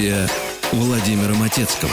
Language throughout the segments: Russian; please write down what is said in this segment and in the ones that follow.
Студия Владимира Матецкого.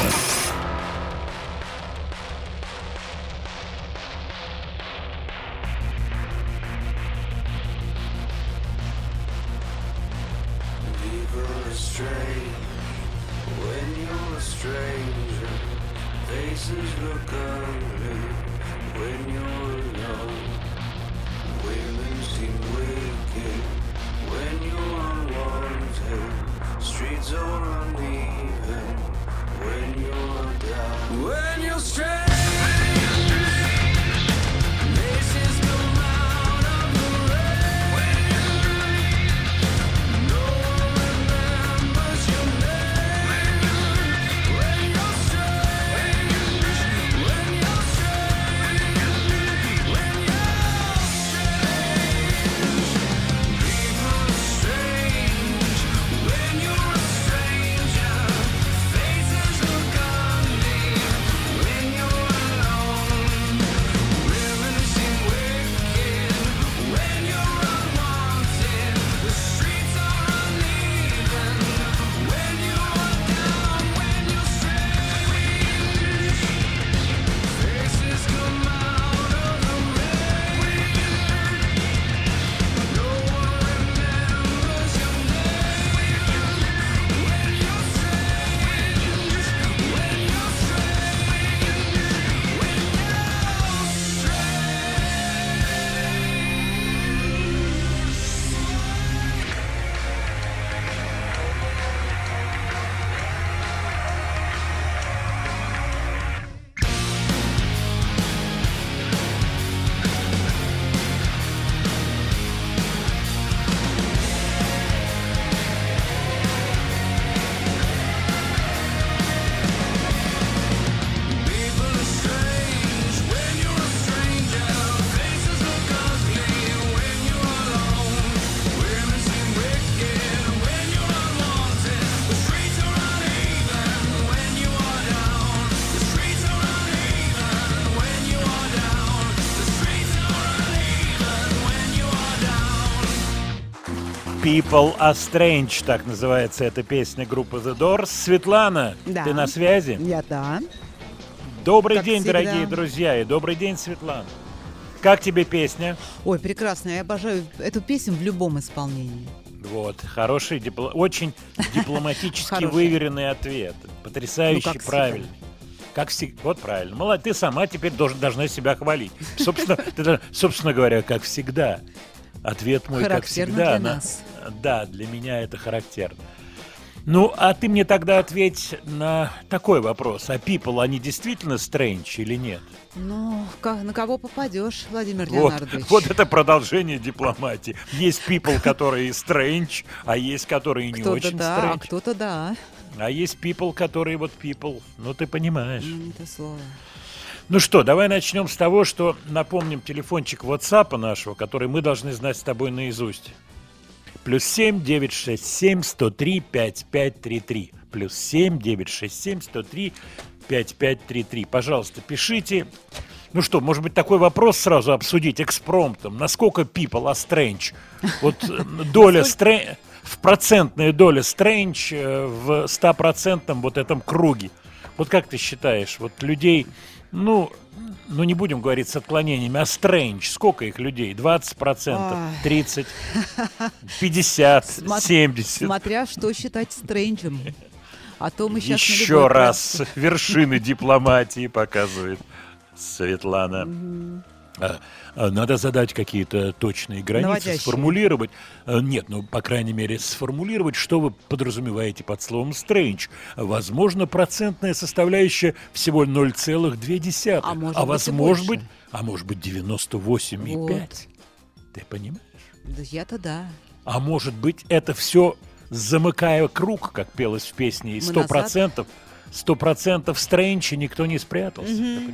People are Strange, так называется эта песня группы The Doors. Светлана, Да. ты на связи? Я да. Добрый Как день, всегда. дорогие друзья, и добрый день, Светлана. Как тебе песня? Ой, прекрасно. Я обожаю эту песню в любом исполнении. Вот, хороший, очень дипломатически Хороший. выверенный ответ. Потрясающе Ну, как всегда. правильный. Как всегда. Вот правильно. Молодец, ты сама теперь должна себя хвалить. Собственно говоря, как всегда. Ответ мой, как Характерно всегда. для нас. Да, для меня это характерно. Ну, а ты мне тогда ответь на такой вопрос. А people, они действительно strange или нет? Ну, на кого попадешь, Владимир Вот, Леонардович? вот это продолжение дипломатии. Есть people, которые strange, а есть которые не Кто-то очень да, а strange. кто-то да. А есть people, которые вот people. Ну, ты понимаешь. Не то слово. Ну что, давай начнем с того, что напомним телефончик WhatsApp нашего, который мы должны знать с тобой наизусть. +7 967 103 5533. +7 967 103 5533. Пожалуйста, пишите. Ну что, может быть, такой вопрос сразу обсудить экспромтом. Насколько people are strange? Вот доля strange, в процентная доля strange в 100% вот этом круге. Вот как ты считаешь, вот людей, ну не будем говорить с отклонениями, а strange, сколько их людей? 20%, 30%, 50%, 70%? Смотря что считать стрэнджем. А то мы сейчас Еще раз вершины дипломатии показывает Светлана. Надо задать какие-то точные границы, Наводящие. сформулировать. Нет, ну, по крайней мере, сформулировать, что вы подразумеваете под словом «strange». Возможно, процентная составляющая всего 0,2. А может быть, возможно и быть, больше. а может быть 98,5. Вот. Ты понимаешь? Да я-то да. А может быть, это все, замыкая круг, как пелось в песне, и Мы 100% strange, и никто не спрятался. Ты понимаешь?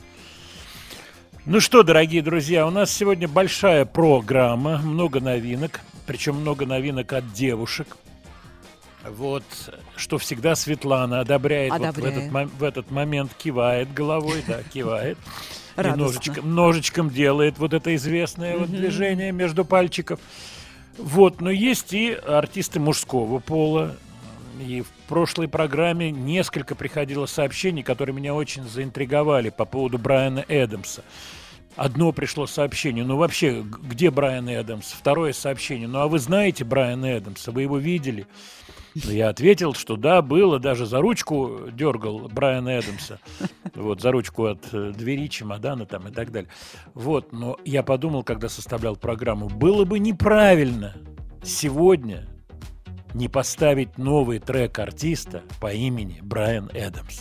Ну что, дорогие друзья, у нас сегодня большая программа, много новинок, причем много новинок от девушек. Вот, что всегда Светлана одобряет. Вот в этот момент кивает головой, да, кивает. И ножичком делает вот это известное вот движение между пальчиков. Вот, но есть и артисты мужского пола. и в прошлой программе несколько приходило сообщений, которые меня очень заинтриговали по поводу Брайана Эдамса. Одно пришло сообщение, ну вообще, где Брайан Эдамс? Второе сообщение, ну а вы знаете Брайана Эдамса, вы его видели? Я ответил, что да, было, даже за ручку дергал Брайана Эдамса, вот, за ручку от двери, чемодана там и так далее. Вот, но я подумал, когда составлял программу, было бы неправильно сегодня не поставить новый трек артиста по имени Брайан Эдамс.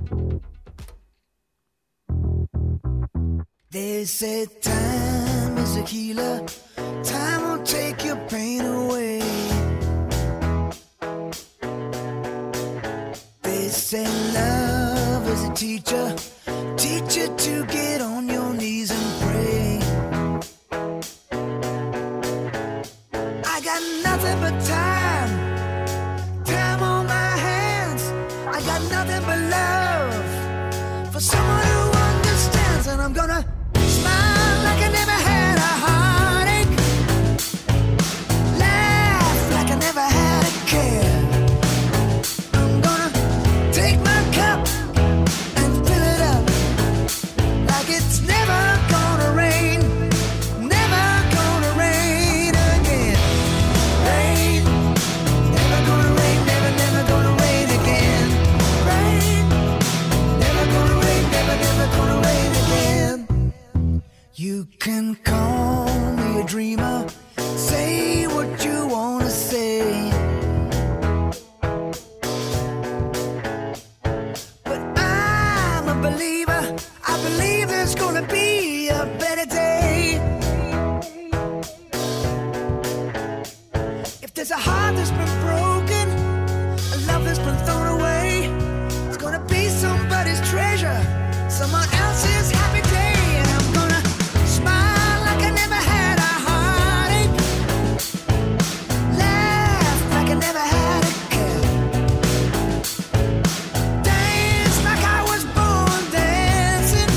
They said time is a healer, time will take your pain away. They say love is a teacher, teach you to get on your knees and pray. I got nothing but time, time on my hands. I got nothing but love for someone who understands, and I'm gonna smile like I never had a heartache, laugh like I never had a care. I'm gonna take my cup and fill it up like it's never gonna rain, never gonna rain again. Rain, never gonna rain, never, never gonna rain again. Rain, never gonna rain, never, never gonna rain again. You can call me a dreamer, say what you wanna say, but I'm a believer, I believe there's gonna be a better day. If there's a heart that's been broken, a love that's been thrown away, it's gonna be somebody's treasure, someone else's happy day. And I'm gonna smile like I never had a heartache, laugh like I never had a care, dance like I was born dancing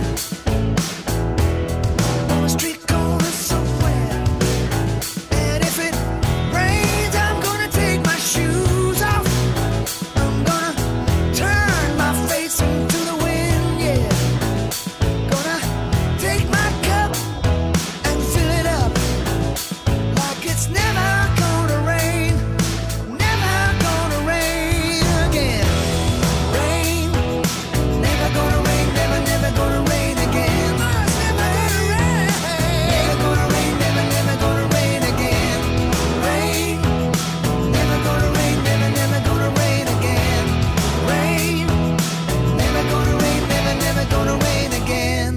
on a street corner somewhere. And if it rains, I'm gonna take my shoes off, I'm gonna turn my face into the wind, yeah. Gonna take my cup and fill it up like it's never gonna rain, never gonna rain again. Rain, never gonna rain, never, never gonna rain again. It's never gonna rain, never gonna rain, never, never gonna rain again. Rain, never gonna rain, never, never gonna rain again. Rain, never gonna rain, never, never gonna rain again.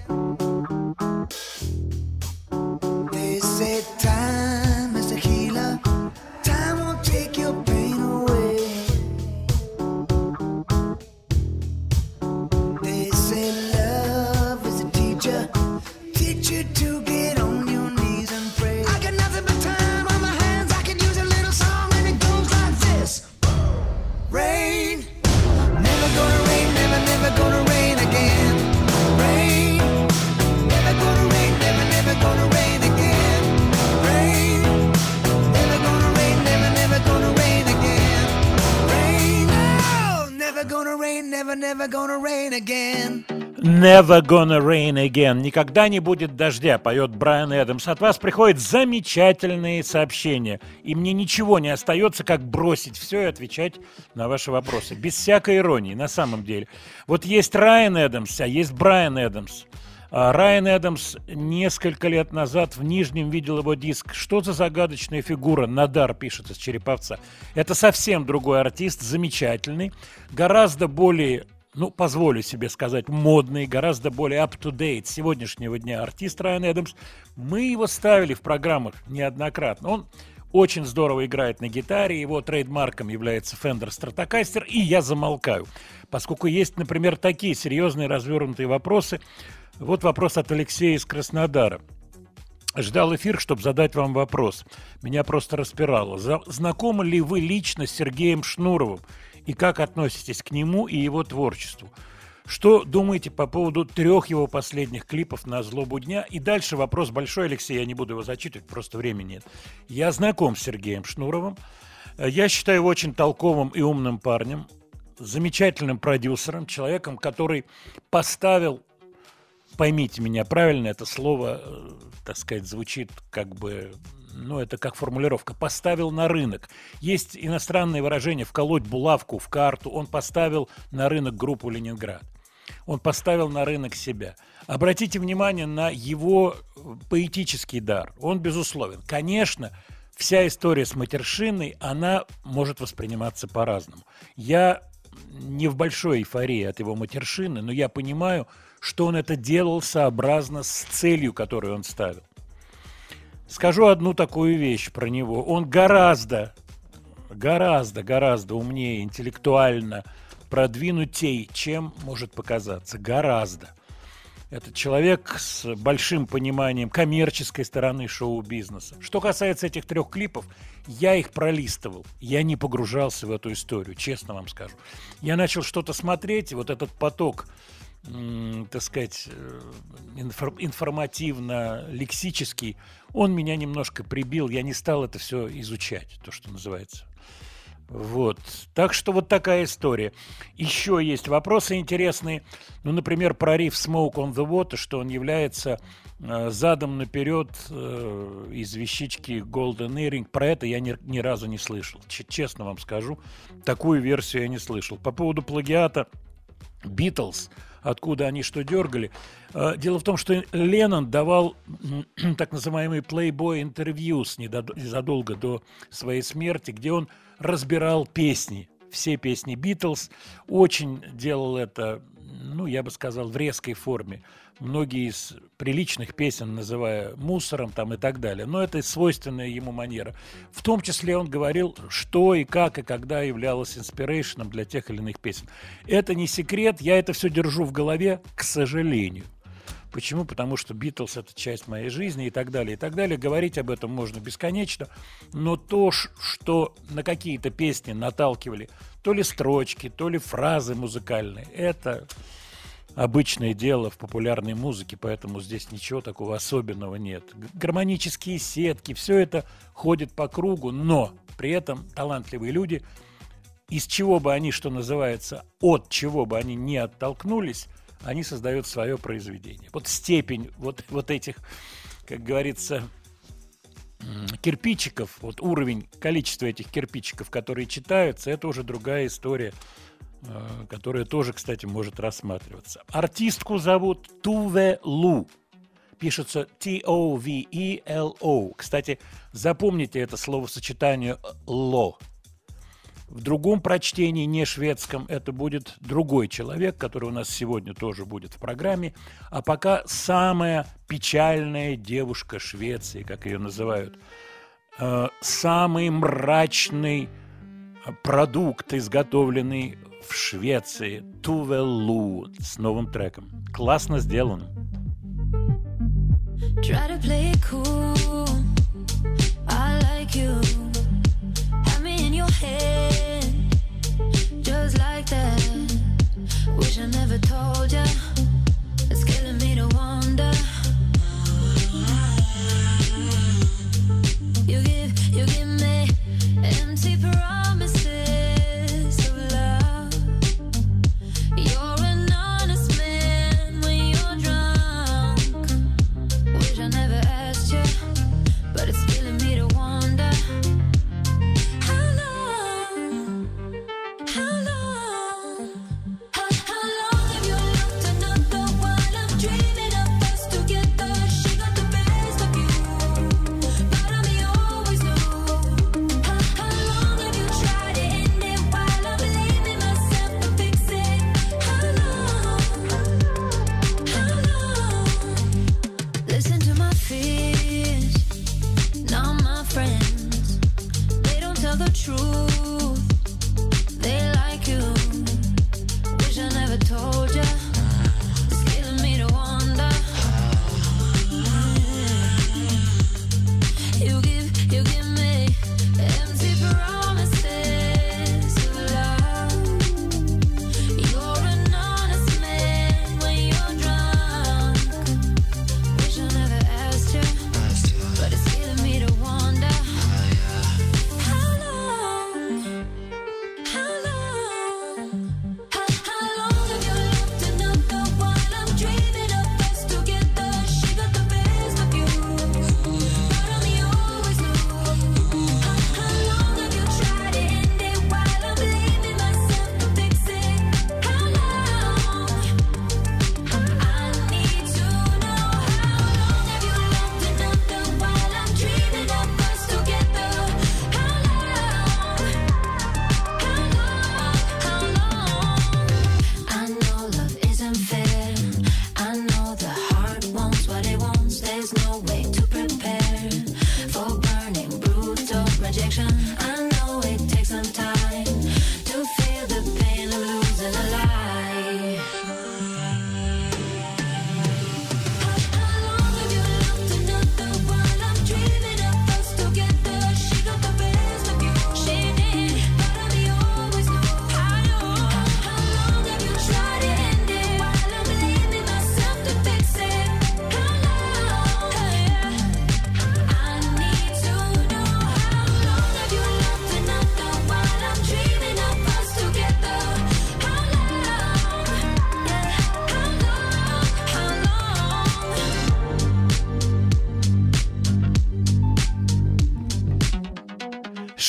They say time is a healer, time won't take your pain away. They say love is a teacher, teach you to get on your knees and pray. I got nothing but time on my hands, I could use a little song and it goes like this. Rain, never gonna rain, never, never gonna rain again. Rain, never gonna rain, never, never gonna rain again. Rain, never gonna rain, never, never gonna rain again. Rain, oh, never gonna rain, never, never gonna rain again. Never gonna rain again. Никогда не будет дождя, поет Брайан Эдамс. От вас приходят замечательные сообщения. И мне ничего не остается, как бросить все и отвечать на ваши вопросы. Без всякой иронии, на самом деле. Вот есть Райан Эдамс, а есть Брайан Эдамс. Райан Эдамс несколько лет назад в Нижнем видел его диск. Что за загадочная фигура? Надар пишет из Череповца. Это совсем другой артист, замечательный, гораздо более, ну, позволю себе сказать, модный, гораздо более up-to-date сегодняшнего дня артист Райан Эдамс. Мы его ставили в программах неоднократно. Он очень здорово играет на гитаре, его трейдмарком является Fender Stratocaster, и я замолкаю, поскольку есть, например, такие серьезные развернутые вопросы. Вот вопрос от Алексея из Краснодара. Ждал эфир, чтобы задать вам вопрос. Меня просто распирало. Знакомы ли вы лично с Сергеем Шнуровым? И как относитесь к нему и его творчеству? Что думаете по поводу 3 его последних клипов «На злобу дня»? И дальше вопрос большой, Алексей, я не буду его зачитывать, просто времени нет. Я знаком с Сергеем Шнуровым. Я считаю его очень толковым и умным парнем, замечательным продюсером, человеком, который поставил, поймите меня правильно, это слово, так сказать, звучит как бы, ну, это как формулировка, поставил на рынок. Есть иностранное выражение «вколоть булавку в карту». Он поставил на рынок группу «Ленинград». Он поставил на рынок себя. Обратите внимание на его поэтический дар. Он безусловен. Конечно, вся история с матершиной, она может восприниматься по-разному. Я не в большой эйфории от его матершины, но я понимаю, что он это делал сообразно с целью, которую он ставил. Скажу одну такую вещь про него. Он гораздо умнее, интеллектуально продвинутей, чем может показаться. Гораздо. Это человек с большим пониманием коммерческой стороны шоу-бизнеса. Что касается этих 3 клипов, я их пролистывал. Я не погружался в эту историю, честно вам скажу. Я начал что-то смотреть, и вот этот поток, так сказать, информативно-лексический, он меня немножко прибил. Я не стал это все изучать, то, что называется. Вот. Так что вот такая история. Еще есть вопросы интересные. Ну, например, про риф Smoke on the Water, что он является задом наперед из вещички Golden Earring. Про это я ни разу не слышал. Честно вам скажу, такую версию я не слышал. По поводу плагиата Beatles, откуда они что дергали. Дело в том, что Леннон давал так называемые Playboy интервьюс незадолго до своей смерти, где он разбирал песни, все песни Битлз, очень делал это, ну, я бы сказал, в резкой форме. Многие из приличных песен называя мусором там и так далее. Но это свойственная ему манера. В том числе он говорил, что и как и когда являлось инспирейшеном для тех или иных песен. Это не секрет, я это все держу в голове, к сожалению. Почему? Потому что Битлз – это часть моей жизни и так далее, и так далее. Говорить об этом можно бесконечно, но то, что на какие-то песни наталкивали то ли строчки, то ли фразы музыкальные, это обычное дело в популярной музыке, поэтому здесь ничего такого особенного нет. Гармонические сетки, все это ходит по кругу, но при этом талантливые люди, из чего бы они, что называется, от чего бы они не оттолкнулись, они создают свое произведение. Вот степень вот этих, как говорится, кирпичиков, вот уровень, количество этих кирпичиков, которые читаются, это уже другая история, которая тоже, кстати, может рассматриваться. Артистку зовут Туве Лу. Пишется T-O-V-E-L-O. Кстати, запомните это словосочетание «ло». В другом прочтении, не шведском, это будет другой человек, который у нас сегодня тоже будет в программе. А пока самая печальная девушка Швеции, как ее называют. Самый мрачный продукт, изготовленный в Швеции. Туве Лу с новым треком. Классно сделано. Try to play it cool. I like you. Have me in your head, just like that. Wish I never told ya. It's killing me to wonder. You give me empty promises of love. You're an honest man when you're drunk. Wish I never asked you, but it's killing me to wonder. How long have you looked enough?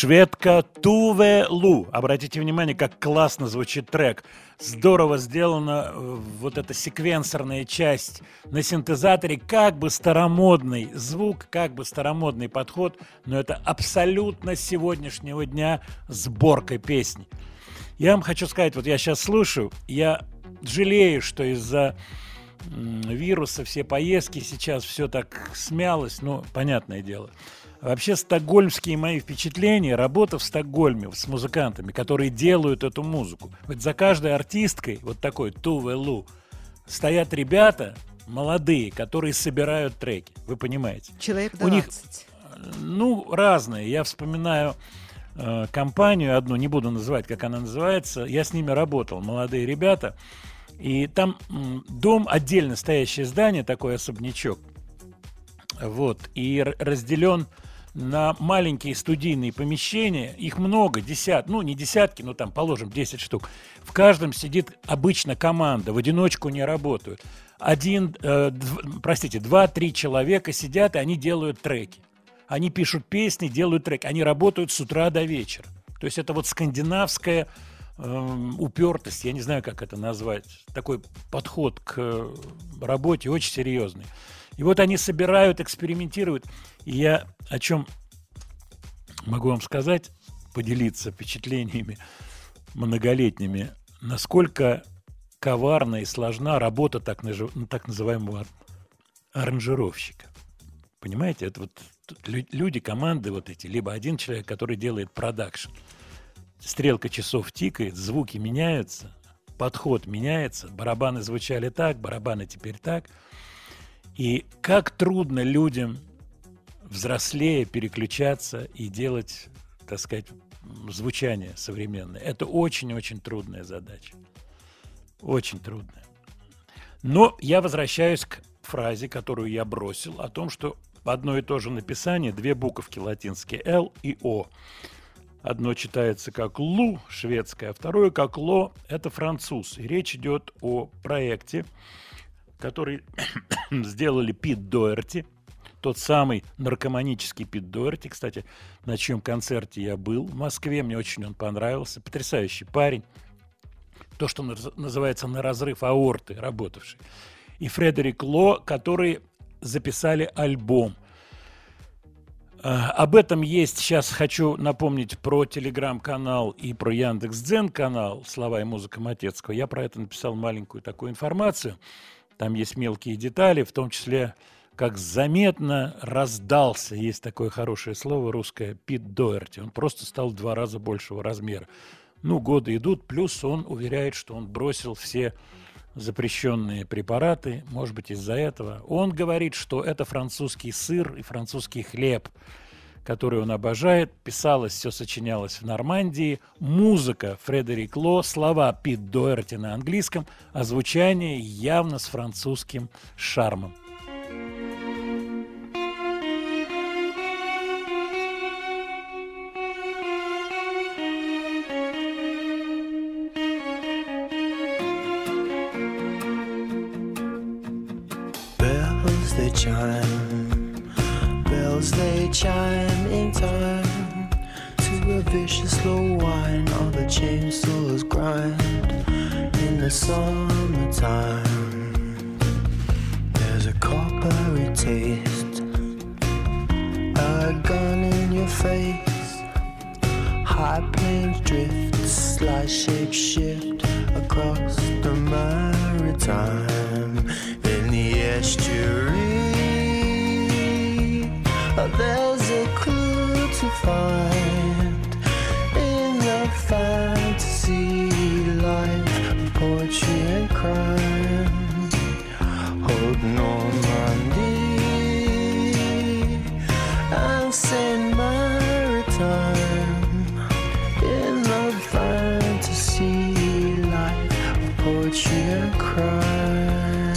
Шведка Туве Лу. Обратите внимание, как классно звучит трек. Здорово сделана вот эта секвенсорная часть на синтезаторе. Как бы старомодный звук, как бы старомодный подход, но это абсолютно сегодняшнего дня сборка песни. Я вам хочу сказать, вот я сейчас слушаю, я жалею, что из-за вируса все поездки сейчас все так смялось, ну, понятное дело. Вообще, стокгольмские мои впечатления, работа в Стокгольме с музыкантами, которые делают эту музыку. Вот за каждой артисткой, вот такой Туве Лу, стоят ребята молодые, которые собирают треки. Вы понимаете? Человек 20. У них, ну, разные. Я вспоминаю компанию одну, не буду называть, как она называется. Я с ними работал, молодые ребята. И там дом, отдельно стоящее здание, такой особнячок. Вот, и разделен на маленькие студийные помещения, их много, ну не десятки, но там, положим, 10 штук. В каждом сидит обычно команда, в одиночку не работают. 2-3 человека сидят, и они делают треки. Они пишут песни, делают треки, они работают с утра до вечера. То есть это вот скандинавская упертость, я не знаю, как это назвать, такой подход к работе очень серьезный. И вот они собирают, экспериментируют. И я о чем могу вам сказать, поделиться впечатлениями многолетними, насколько коварна и сложна работа так называемого аранжировщика. Понимаете, это вот люди, команды вот эти, либо один человек, который делает продакшн. Стрелка часов тикает, звуки меняются, подход меняется, барабаны звучали так, барабаны теперь так. И как трудно людям, взрослее, переключаться и делать, так сказать, звучание современное. Это очень-очень трудная задача. Очень трудная. Но я возвращаюсь к фразе, которую я бросил, о том, что одно и то же написание, две буковки латинские «Л» и «О». Одно читается как «Лу» шведское, а второе как «Ло» – это француз. И речь идет о проекте, который сделали Пит Доерти, тот самый наркоманический Пит Доерти, кстати, на чьем концерте я был в Москве, мне очень он понравился, потрясающий парень, то, что называется на разрыв аорты работавший, и Фредерик Ло, которые записали альбом. Об этом есть, сейчас хочу напомнить про телеграм-канал и про Яндекс.Дзен канал «Слова и музыка Матецкого». Я про это написал маленькую такую информацию. Там есть мелкие детали, в том числе, как заметно раздался, есть такое хорошее слово русское, Пит Доерти. Он просто стал в 2 раза большего размера. Ну, годы идут, плюс он уверяет, что он бросил все запрещенные препараты, может быть, из-за этого. Он говорит, что это французский сыр и французский хлеб, который он обожает. Писалось, все сочинялось в Нормандии. Музыка Фредерик Ло, слова Пит Доерти на английском, а звучание явно с французским шармом. Bells they chime in time to a vicious slow whine. All the chainsaws grind in the summertime. There's a coppery taste, a gun in your face. High planes drift, slight shape shift across the maritime. In the estuary, there's a clue to find in the fantasy life, poetry and crime. Hold Normandy and Saint Maritime in the fantasy life, poetry and crime.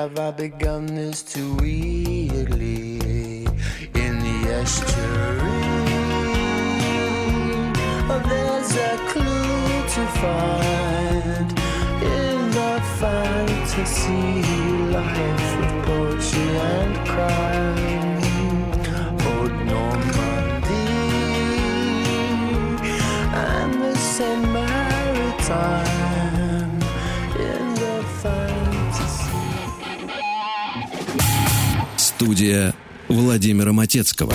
have I begun this too weirdly? In the estuary, there's a clue to find in the fantasy life of poetry and crime. Old Normandy and the Saint Maritime in the fantasy. Студия Владимира Матецкого.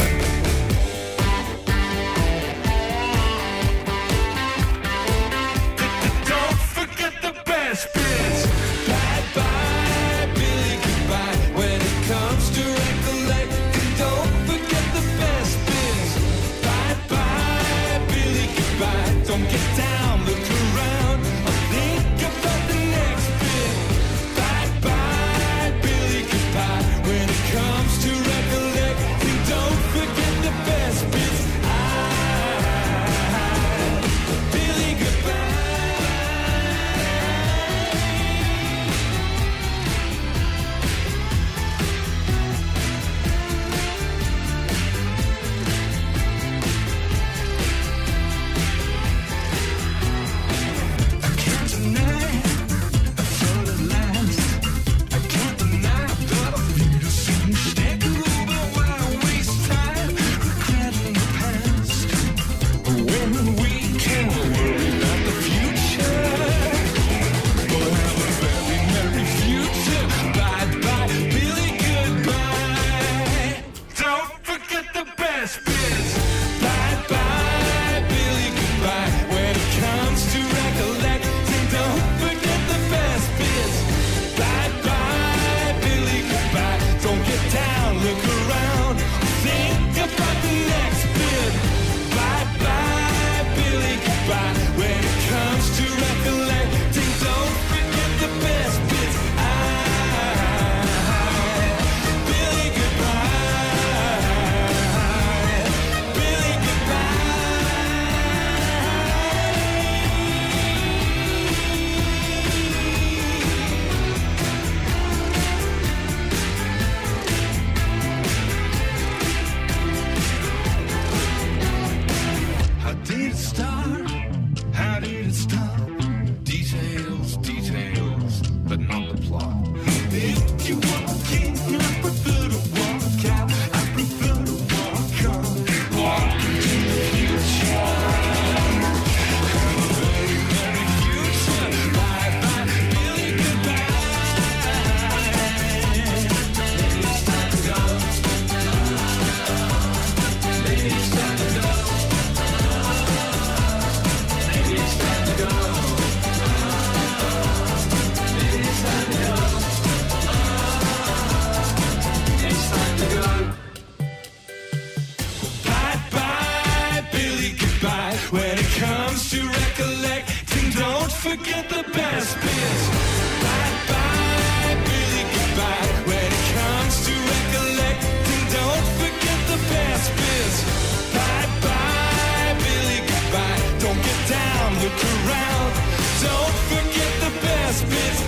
Forget the best bits. Bye bye, Billy, goodbye. When it comes to recollecting, don't forget the best bits. Bye bye, Billy, goodbye. Don't get down, look around. Don't forget the best bits.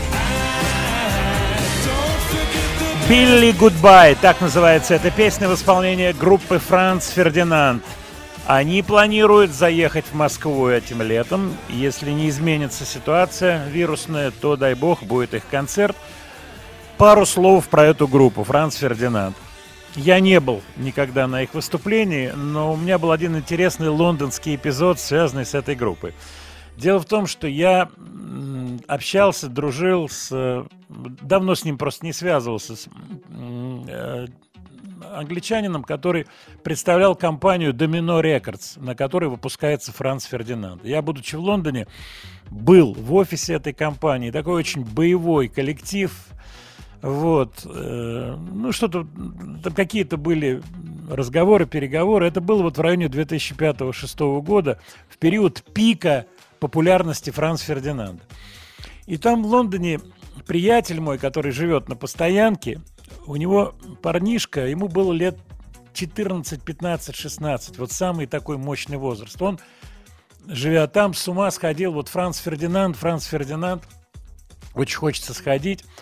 Don't forget the best. Billy Goodbye, так называется эта песня в исполнении группы Франц Фердинанд. Они планируют заехать в Москву этим летом. Если не изменится ситуация вирусная, то, дай бог, будет их концерт. Пару слов про эту группу «Франц Фердинанд». Я не был никогда на их выступлении, но у меня был один интересный лондонский эпизод, связанный с этой группой. Дело в том, что я общался, дружил с... Давно с ним просто не связывался, с англичанином, который представлял компанию Domino Records, на которой выпускается Франц Фердинанд. Я, будучи в Лондоне, был в офисе этой компании. Такой очень боевой коллектив. Вот. Ну, что-то... Там какие-то были разговоры, переговоры. Это было вот в районе 2005-2006 года, в период пика популярности Франца Фердинанда. И там в Лондоне приятель мой, который живет на постоянке, у него парнишка, ему было лет 14, 15, 16, вот самый такой мощный возраст. Он, живя там, с ума сходил, вот Франц Фердинанд, очень хочется сходить.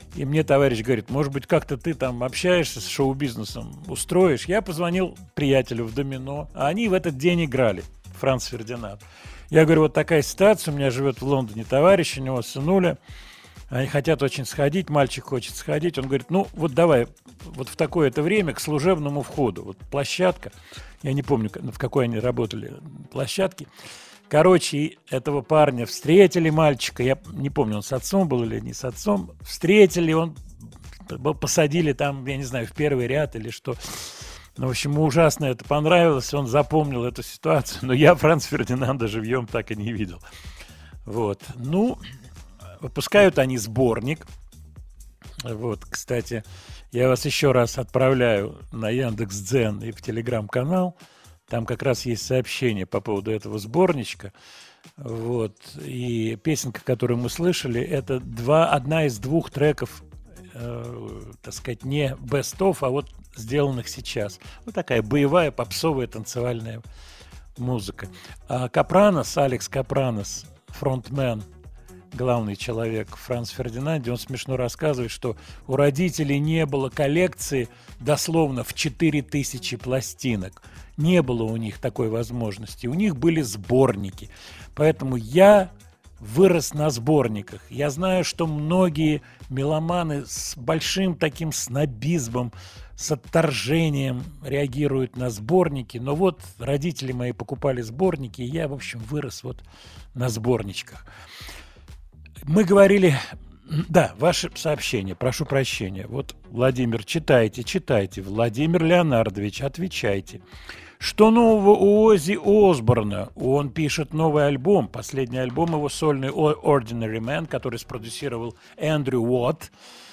И мне товарищ говорит, может быть, как-то ты там общаешься с шоу-бизнесом, устроишь. Я позвонил приятелю в домино, а они в этот день играли, Франц Фердинанд. Я говорю, вот такая ситуация, у меня живет в Лондоне товарищ, у него сынуля, они хотят очень сходить, мальчик хочет сходить. Он говорит, ну вот давай, вот в такое-то время к служебному входу. Вот площадка, я не помню, в какой они работали площадке. Короче, этого парня встретили, мальчика, я не помню, он с отцом был или не с отцом, встретили, он посадили там, я не знаю, в первый ряд или что. Ну, в общем, ему ужасно это понравилось, он запомнил эту ситуацию, но я Франца Фердинанда живьем так и не видел. Вот, ну, выпускают они сборник. Вот, кстати, я вас еще раз отправляю на Яндекс.Дзен и в Телеграм-канал. Там как раз есть сообщение по поводу этого сборничка. Вот. И песенка, которую мы слышали, это одна из двух треков, так сказать, не best of, а вот сделанных сейчас. Вот такая боевая, попсовая, танцевальная музыка. А Капранос, Алекс Капранос, фронтмен, главный человек Франц Фердинанде, он смешно рассказывает, что у родителей не было коллекции дословно в 4000 пластинок. Не было у них такой возможности. У них были сборники. Поэтому я вырос на сборниках. Я знаю, что многие меломаны с большим таким снобизмом, с отторжением реагируют на сборники. Но вот родители мои покупали сборники, и я, в общем, вырос вот на сборничках. Мы говорили... Да, ваши сообщения, прошу прощения. Вот, Владимир, читайте. Владимир Леонардович, отвечайте. Что нового у Оззи Осборна? Он пишет новый альбом. Последний альбом его сольный Ordinary Man, который спродюсировал Эндрю Уотт.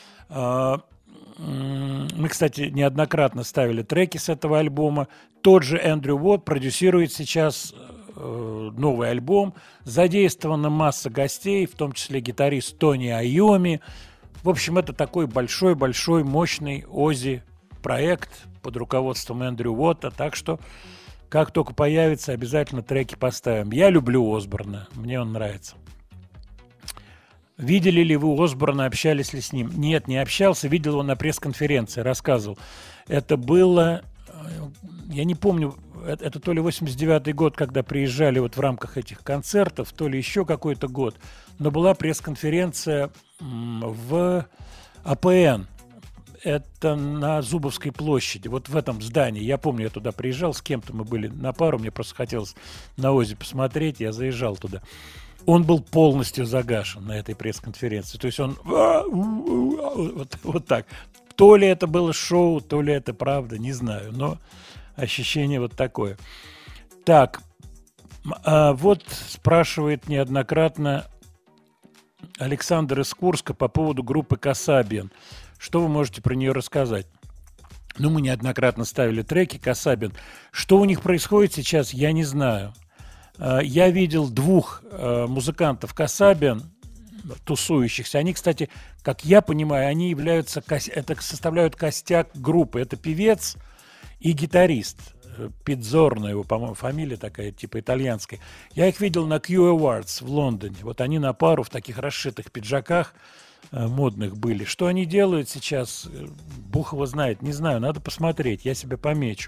Мы, кстати, неоднократно ставили треки с этого альбома. Тот же Эндрю Уотт продюсирует сейчас новый альбом. Задействована масса гостей, в том числе гитарист Тони Айоми. В общем, это такой большой-большой, мощный Оззи проект под руководством Эндрю Уотта. Так что, как только появится, обязательно треки поставим. Я люблю Осборна, мне он нравится. Видели ли вы Осборна, общались ли с ним? Нет, не общался, видел его на пресс-конференции, рассказывал. Это было, я не помню, это то ли 89-й год, когда приезжали вот в рамках этих концертов, то ли еще какой-то год. Но была пресс-конференция в АПН. Это на Зубовской площади, вот в этом здании. Я помню, я туда приезжал, с кем-то мы были на пару, мне просто хотелось на Оззи посмотреть, я заезжал туда. Он был полностью загашен на этой пресс-конференции. То есть он вот так. То ли это было шоу, то ли это правда, не знаю, но ощущение вот такое. Так, вот спрашивает неоднократно Александр из Курска по поводу группы Касабиан. Что вы можете про нее рассказать? Ну, мы неоднократно ставили треки Касабиан. Что у них происходит сейчас, я не знаю. Я видел двух музыкантов Касабиан, тусующихся. Они, кстати, как я понимаю, они являются, это составляют костяк группы. Это певец и гитарист. Пидзорно его, по-моему, фамилия такая, типа итальянская. Я их видел на Q Awards в Лондоне. Вот они на пару в таких расшитых пиджаках модных были. Что они делают сейчас, Бог его знает, не знаю, надо посмотреть, я себе помечу.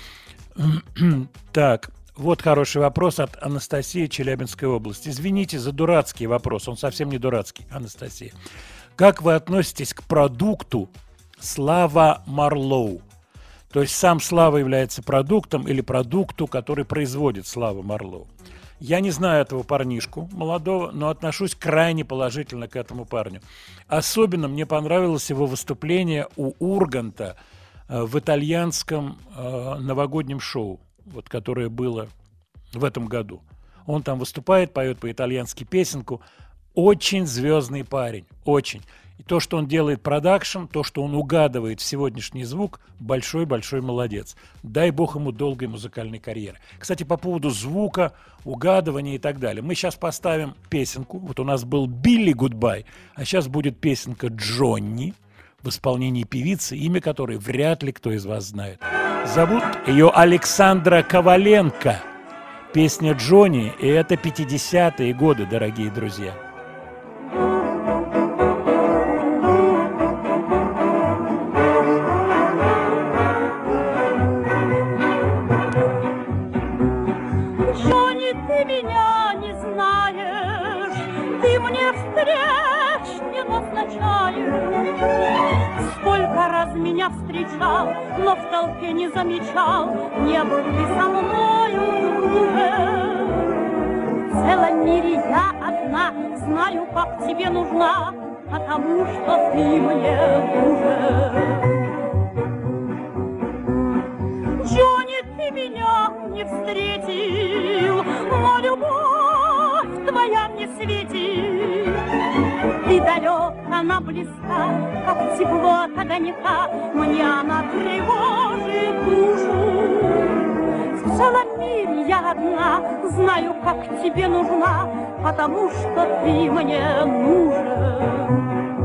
Так, вот хороший вопрос от Анастасии, Челябинской области. Извините за дурацкий вопрос, он совсем не дурацкий, Анастасия. Как вы относитесь к продукту Слава Марлоу? То есть сам Слава является продуктом или продукту, который производит Слава Марлоу? Я не знаю этого парнишку молодого, но отношусь крайне положительно к этому парню. Особенно мне понравилось его выступление у Урганта в итальянском новогоднем шоу, вот, которое было в этом году. Он там выступает, поет по-итальянски песенку. Очень звездный парень, очень. И то, что он делает продакшн, то, что он угадывает в сегодняшний звук, большой-большой молодец. Дай бог ему долгой музыкальной карьеры. Кстати, по поводу звука, угадывания и так далее. Мы сейчас поставим песенку. Вот у нас был Билли Гудбай, а сейчас будет песенка Джонни в исполнении певицы, имя которой вряд ли кто из вас знает. Зовут ее Александра Коваленко. Песня Джонни, и это 50-е годы, дорогие друзья. скучаешь. Сколько раз меня встречал, но в толпе не замечал, не был ты со мною, друже. В целом мире я одна, знаю, как тебе нужна, потому что ты мне нужен. Джонни, ты меня не встретил, но любовь твоя мне светит. Ты далек, она близка, как тепло от огонька, мне она тревожит душу. В целом мире я одна, знаю, как тебе нужна, потому что ты мне нужен.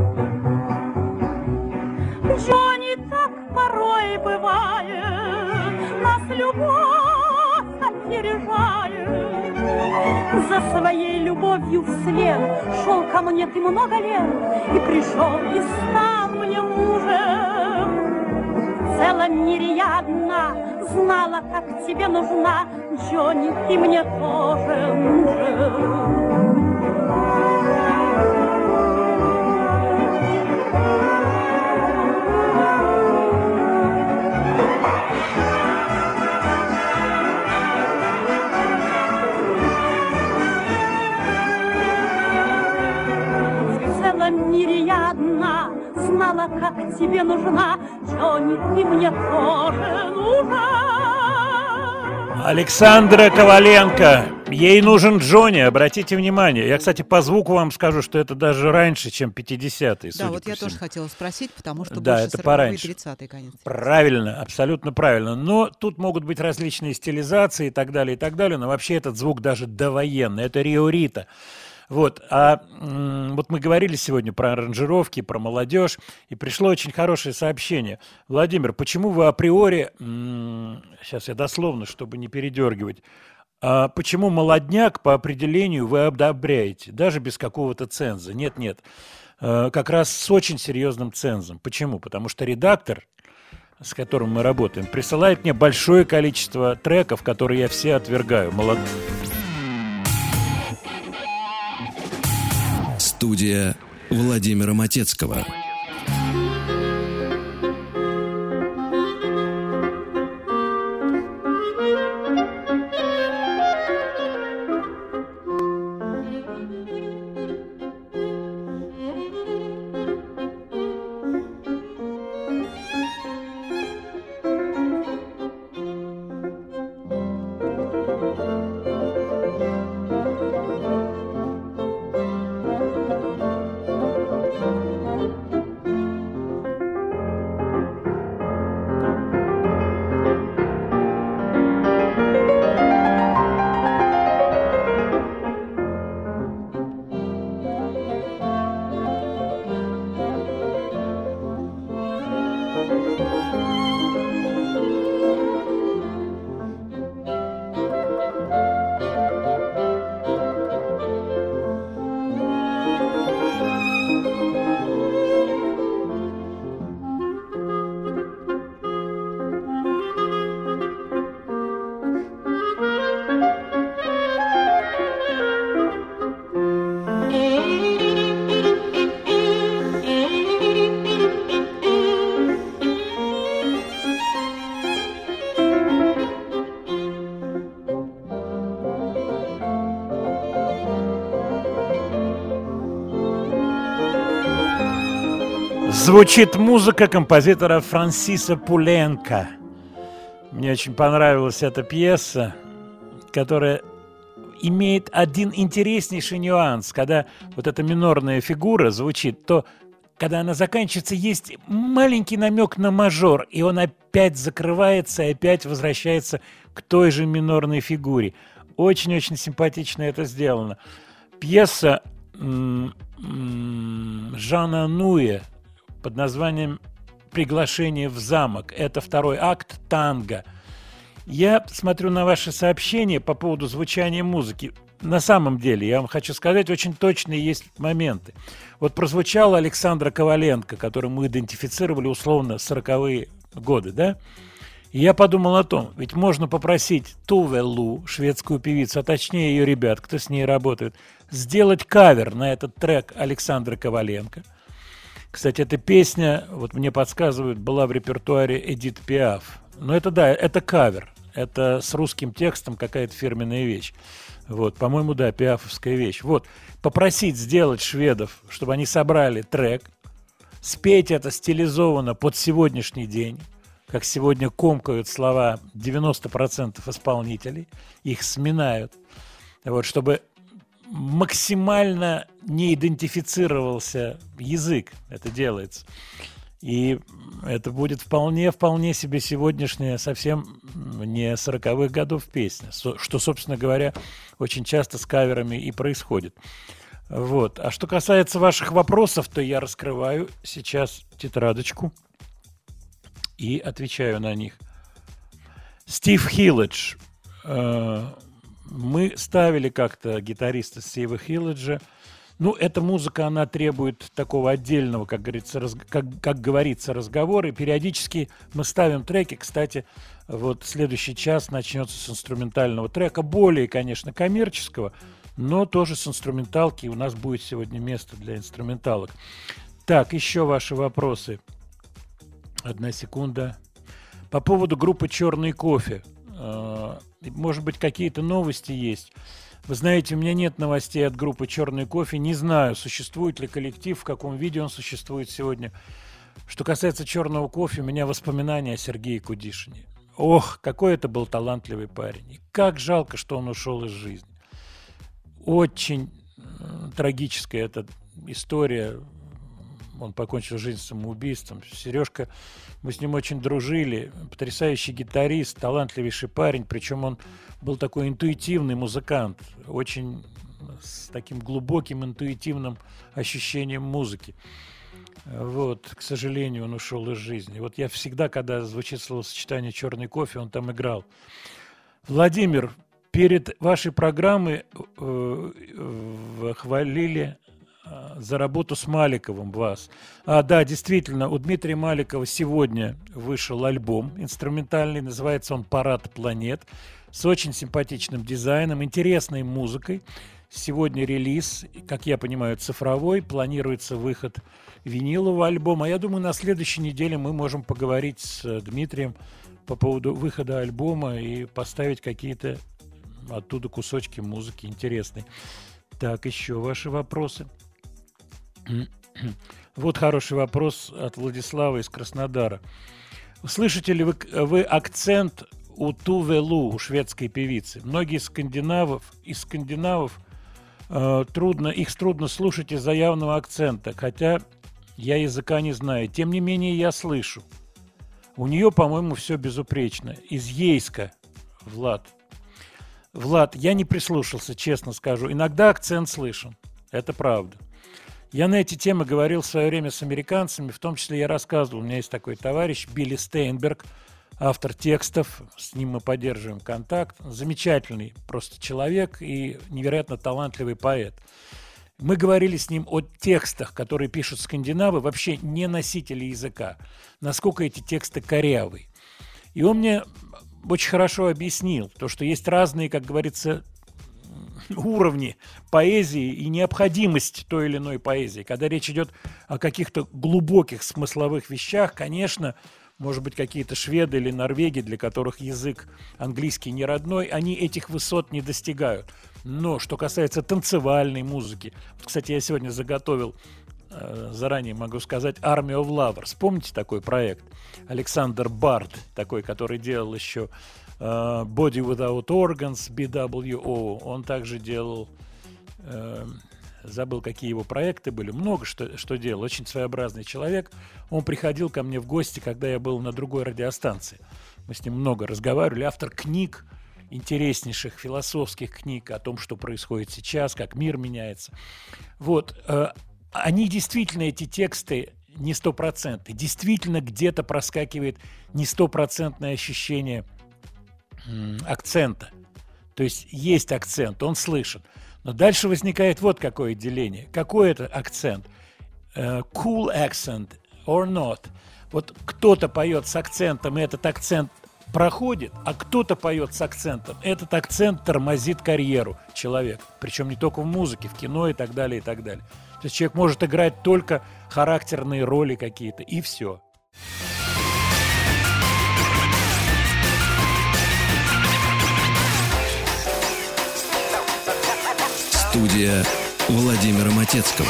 Джонни, так порой бывает, нас любовь опережает. За своей любовью вслед шел ко мне ты много лет, и пришел, и стал мне мужем. В целом мире я одна, знала, как тебе нужна, Джонни, ты мне тоже нужен. В мире я одна, знала, как тебе нужна, Джонни, ты мне тоже нужна. Александра Коваленко. Ей нужен Джонни, обратите внимание. Я, кстати, по звуку вам скажу, что это даже раньше, чем 50-е. Да, вот я тоже хотела спросить, потому что да, больше это 40-е, 30-е, конец. Правильно, абсолютно правильно. Но тут могут быть различные стилизации и так далее, и так далее. Но вообще этот звук даже довоенный. Это Рио Рита. Вот, вот мы говорили сегодня про аранжировки, про молодежь, и пришло очень хорошее сообщение. Владимир, почему вы априори, сейчас я дословно, чтобы не передергивать, почему молодняк по определению вы одобряете, даже без какого-то ценза? Нет, как раз с очень серьезным цензом. Почему? Потому что редактор, с которым мы работаем, присылает мне большое количество треков, которые я все отвергаю. Студия Владимира Матецкого. Звучит музыка композитора Франсиса Пуленко. Мне очень понравилась эта пьеса, которая имеет один интереснейший нюанс. Когда вот эта минорная фигура звучит, то когда она заканчивается, есть маленький намек на мажор, и он опять закрывается и опять возвращается к той же минорной фигуре. Очень-очень симпатично это сделано. Пьеса Жана Нуэ под названием «Приглашение в замок». Это второй акт танго. Я смотрю на ваши сообщения по поводу звучания музыки. На самом деле, я вам хочу сказать, очень точные есть моменты. Вот прозвучала Александра Коваленко, которую мы идентифицировали условно 40-е годы, да? И я подумал о том, ведь можно попросить Туве Лу, шведскую певицу, а точнее ее ребят, кто с ней работает, сделать кавер на этот трек Александры Коваленко. Кстати, эта песня, вот мне подсказывают, была в репертуаре Эдит Пиаф. Но это да, это кавер. Это с русским текстом какая-то фирменная вещь. Вот, по-моему, да, пиафовская вещь. Вот, попросить сделать шведов, чтобы они собрали трек, спеть это стилизованно под сегодняшний день, как сегодня комкают слова 90% исполнителей, их сминают, вот, чтобы максимально не идентифицировался язык, это делается. И это будет вполне себе сегодняшняя, совсем не 40-х годов песня, что, собственно говоря, очень часто с каверами и происходит. Вот. А что касается ваших вопросов, то я раскрываю сейчас тетрадочку и отвечаю на них. Стив Хилледж. Мы ставили как-то гитариста Стива Хилледжа. Ну, эта музыка, она требует такого отдельного, как говорится, разговора. И периодически мы ставим треки. Кстати, вот следующий час начнется с инструментального трека. Более, конечно, коммерческого, но тоже с инструменталки. У нас будет сегодня место для инструменталок. Так, еще ваши вопросы. Одна секунда. По поводу группы «Черный кофе». Может быть, какие-то новости есть. Вы знаете, у меня нет новостей от группы «Черный кофе». Не знаю, существует ли коллектив, в каком виде он существует сегодня. Что касается «Черного кофе», у меня воспоминания о Сергее Кудишине. Ох, какой это был талантливый парень. И как жалко, что он ушел из жизни. Очень трагическая эта история. Он покончил жизнь самоубийством. Сережка, мы с ним очень дружили. Потрясающий гитарист, талантливейший парень. Причем он был такой интуитивный музыкант. Очень с таким глубоким интуитивным ощущением музыки. Вот, к сожалению, он ушел из жизни. Вот я всегда, когда звучит словосочетание «Черный кофе», он там играл. Владимир, перед вашей программой хвалили за работу с Маликовым вас. Да, действительно, у Дмитрия Маликова сегодня вышел альбом инструментальный, называется он «Парад планет», с очень симпатичным дизайном, интересной музыкой. Сегодня релиз, как я понимаю, цифровой, планируется выход винилового альбома. Я думаю, на следующей неделе мы можем поговорить с Дмитрием по поводу выхода альбома и поставить какие-то оттуда кусочки музыки интересные. Так, еще ваши вопросы. Вот хороший вопрос от Владислава из Краснодара. Слышите ли вы акцент у Туве Лу, у шведской певицы? Многие из скандинавов их трудно слушать из-за явного акцента, хотя я языка не знаю. Тем не менее, я слышу. У нее, по-моему, все безупречно. Из Ейска, Влад. Влад, я не прислушался, честно скажу. Иногда акцент слышен. Это правда. Я на эти темы говорил в свое время с американцами, в том числе я рассказывал, у меня есть такой товарищ Билли Стейнберг, автор текстов, с ним мы поддерживаем контакт, замечательный просто человек и невероятно талантливый поэт. Мы говорили с ним о текстах, которые пишут скандинавы, вообще не носители языка, насколько эти тексты корявые. И он мне очень хорошо объяснил, то, что есть разные, как говорится, уровни поэзии и необходимость той или иной поэзии. Когда речь идет о каких-то глубоких смысловых вещах, конечно, может быть, какие-то шведы или норвеги, для которых язык английский не родной, они этих высот не достигают. Но что касается танцевальной музыки, кстати, я сегодня заготовил, заранее могу сказать, Army of Lovers. Помните такой проект? Александр Барт, такой, который делал еще Body Without Organs, BWO. Он также делал, забыл, какие его проекты были, много что делал, очень своеобразный человек. Он приходил ко мне в гости, когда я был на другой радиостанции. Мы с ним много разговаривали. Автор книг, интереснейших философских книг о том, что происходит сейчас, как мир меняется. Вот. Они действительно, эти тексты, не стопроцентные. Действительно где-то проскакивает не стопроцентное ощущение акцента. То есть есть акцент, он слышен. Но дальше возникает вот какое деление. Какой это акцент? Cool accent or not? Вот кто-то поет с акцентом, и этот акцент проходит, а кто-то поет с акцентом. Этот акцент тормозит карьеру человека. Причем не только в музыке, в кино и так далее, и так далее. То есть человек может играть только характерные роли какие-то, и все. Студия Владимира Матецкого.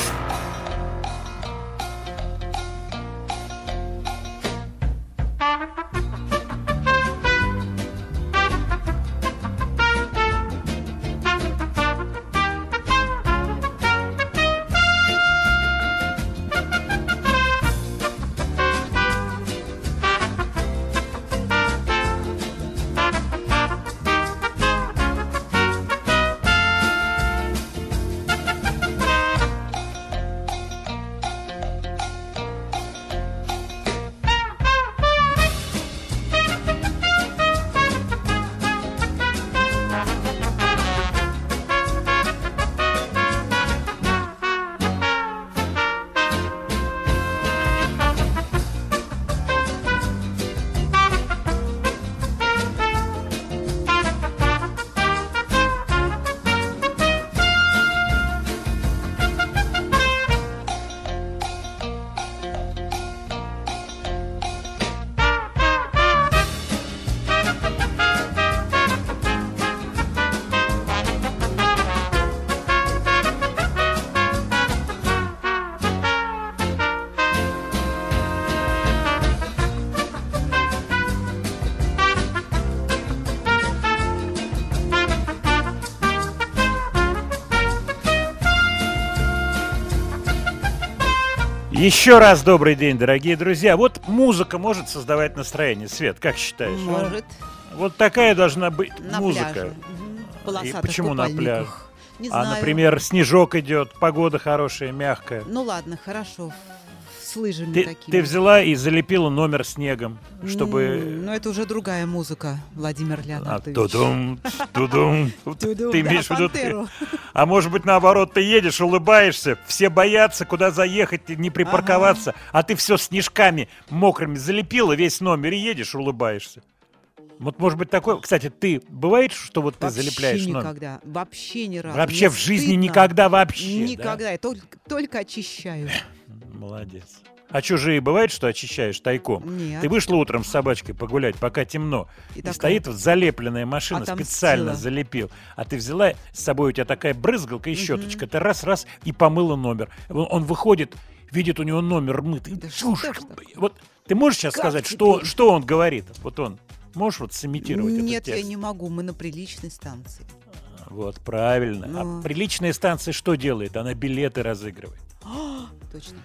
Еще раз добрый день, дорогие друзья. Вот музыка может создавать настроение. Свет, как считаешь? Может. Вот такая должна быть На музыка. пляже. Мгм. В полосатых почему на пляже? купальниках. Не А, знаю. например, снежок идет, погода хорошая, мягкая. Ну ладно, хорошо. С лыжами Ты такими. взяла и залепила номер снегом, чтобы... Ну, это уже другая музыка, Владимир Леонардович. Тудум, тудум. Тудум, Ты да, имеешь в виду... «Пантеру». А может быть, наоборот, ты едешь, улыбаешься, все боятся, куда заехать, не припарковаться, а ты все снежками мокрыми залепила весь номер и едешь, улыбаешься. Вот может быть такое... Кстати, ты бывает, что вот ты Вообще залепляешь номер? никогда. Вообще ни разу. Вообще Мне в жизни стыдно. никогда вообще, да? Никогда. Я только очищаю. Молодец. А чужие бывает, что очищаешь тайком? Нет. Ты вышла утром с собачкой погулять, пока темно, и такая, стоит вот залепленная машина, отомстила. специально залепил. А ты взяла с собой, у тебя такая брызгалка и щеточка, ты раз-раз и помыла номер. Он выходит, видит у него номер мытый. Да Чушь. что ж такое? Вот ты можешь сейчас Как сказать, теперь? что он говорит? Вот он. Можешь вот сымитировать Нет, этот я текст? не могу. Мы на приличной станции. Вот, правильно. Ну. А приличная станция что делает? Она билеты разыгрывает. Точно.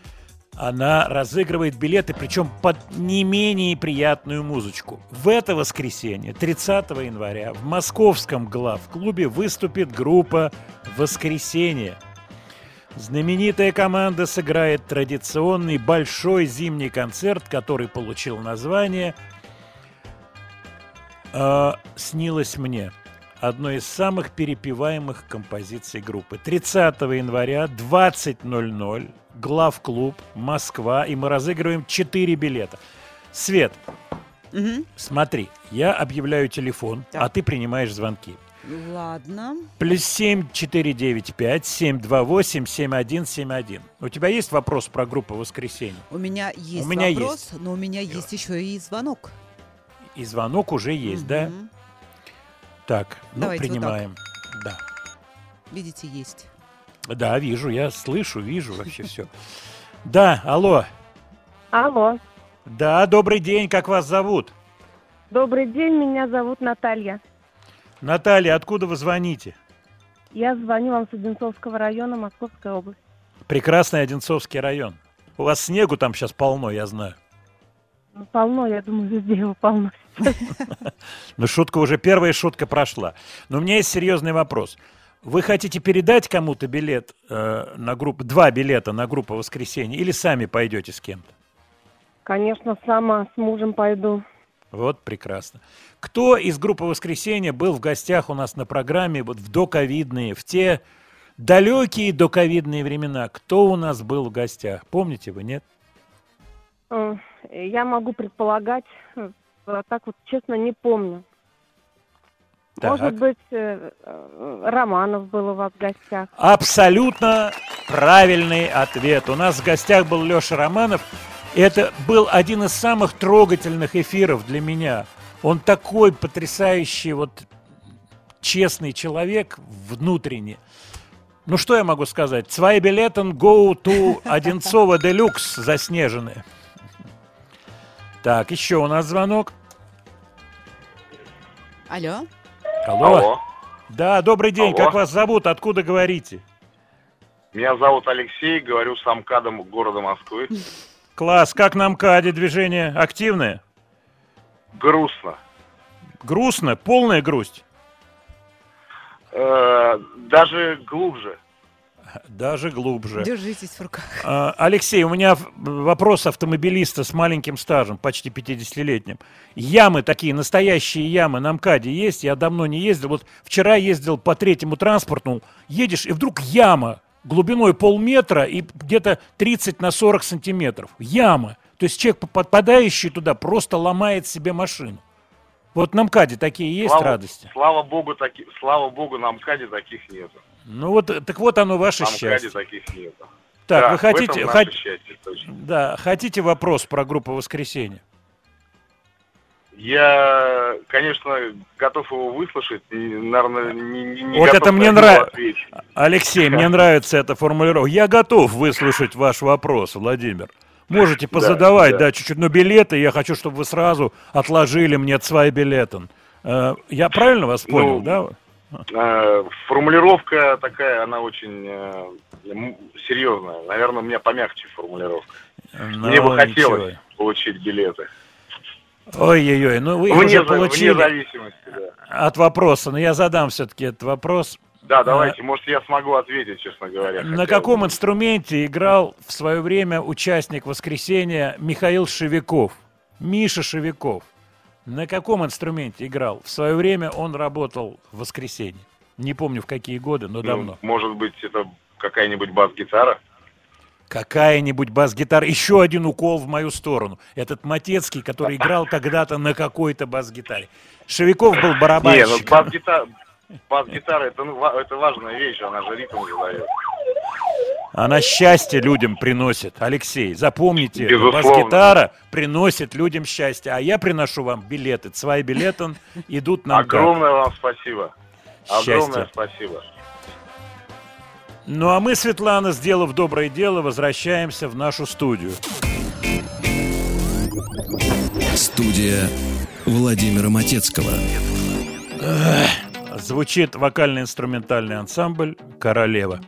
Она разыгрывает билеты, причем под не менее приятную музычку. В это воскресенье, 30 января, в московском главклубе выступит группа «Воскресенье». Знаменитая команда сыграет традиционный большой зимний концерт, который получил название «Снилось мне». Одной из самых перепеваемых композиций группы. 30 января, 20:00, главклуб, Москва, и мы разыгрываем 4 билета. Свет, смотри, я объявляю телефон, Так. а ты принимаешь звонки. Ладно. +7 495 728 7171. У тебя есть вопрос про группу «Воскресенье»? У меня есть У меня вопрос, но у меня есть еще и звонок. И звонок уже есть, да? Мгм. Так, ну, Давайте вот принимаем. Да. Видите, есть. Да, вижу, я слышу, вижу вообще все. Да, алло. Алло. Да, добрый день, как вас зовут? Добрый день, меня зовут Наталья. Наталья, откуда вы звоните? Я звоню вам с Одинцовского района Московской области. Прекрасный Одинцовский район. У вас снегу там сейчас полно, я знаю. Ну, полно, я думаю, везде его полно. Но шутка уже, первая шутка прошла. Но у меня есть серьезный вопрос. Вы хотите передать кому-то билет на группу, 2 билета на группу «Воскресенье» или сами пойдете с кем-то? Конечно, сама с мужем пойду. Вот прекрасно. Кто из группы «Воскресенье» был в гостях у нас на программе вот в доковидные, в те далекие доковидные времена? Кто у нас был в гостях? Помните вы, нет? Я могу предполагать, а так вот честно не помню. Так. Может быть, Романов был у вас в гостях. Абсолютно Правильный ответ. У нас в гостях был Леша Романов. Это был один из самых трогательных эфиров для меня. Он такой потрясающий, честный человек внутренне. Ну, что я могу сказать? Zwei Billetten go to Одинцово Делюкс заснеженные. Так, еще у нас звонок. Алло. Алло. Да, добрый день. Алло. Как вас зовут? Откуда говорите? Меня зовут Алексей, говорю с МКАДом города Москвы. Класс. Как на МКАДе движение активное? Грустно. Грустно? Полная грусть? Даже глубже. Даже глубже. Держитесь в руках. Алексей, у меня вопрос автомобилиста с маленьким стажем, почти 50-летним. Ямы такие, настоящие ямы на МКАДе есть? Я давно не ездил. Вот вчера ездил по третьему транспортному, едешь, и вдруг яма глубиной полметра и где-то 30 на 40 сантиметров. Яма. То есть человек, попадающий туда, просто ломает себе машину. Вот на МКАДе такие есть радости? Слава богу, на МКАДе таких нету. Ну вот, так вот оно ваше На счастье. МКАДе таких нету. Так, да, вы хотите, в этом наше счастье, точно. Да, хотите вопрос про группу «Воскресенье»? Я, конечно, готов его выслушать, и, наверное, не Вот готов это мне на него нравится. ответить. Алексей, мне нравится эта формулировка. Я готов выслушать ваш вопрос, Владимир. Можете позадавать, да, чуть-чуть. Но билеты, я хочу, чтобы вы сразу отложили мне Zwei Billetten. Я правильно вас понял, да? Формулировка такая, она очень серьезная. Наверное, у меня помягче формулировка. Мне бы хотелось получить билеты. Ой-ой-ой, ну вы их уже получили. Вне зависимости, да. От вопроса, но я задам все-таки этот вопрос. Да, давайте, может, я смогу ответить, честно говоря. На каком инструменте играл в свое время участник «Воскресенья» Михаил Шевиков? Миша Шевиков. На каком инструменте играл? В свое время он работал в «Воскресенье». Не помню, в какие годы, но давно. Может быть, это какая-нибудь бас-гитара? Какая-нибудь бас-гитара. Еще один укол в мою сторону. Этот Матецкий, который играл когда-то на какой-то бас-гитаре. Шевиков был барабанщиком. Не, ну бас-гитара это важная вещь, она же ритм задает. Она счастье людям приносит. Алексей, запомните, Безусловно. бас-гитара приносит людям счастье. А я приношу вам билеты. Zwei Billetten идут на МКАД. Огромное вам спасибо. Счастья. Огромное спасибо. Ну а мы, Светлана, сделав доброе дело, возвращаемся в нашу студию. Студия Владимира Матецкого. Звучит вокально-инструментальный ансамбль «Королева».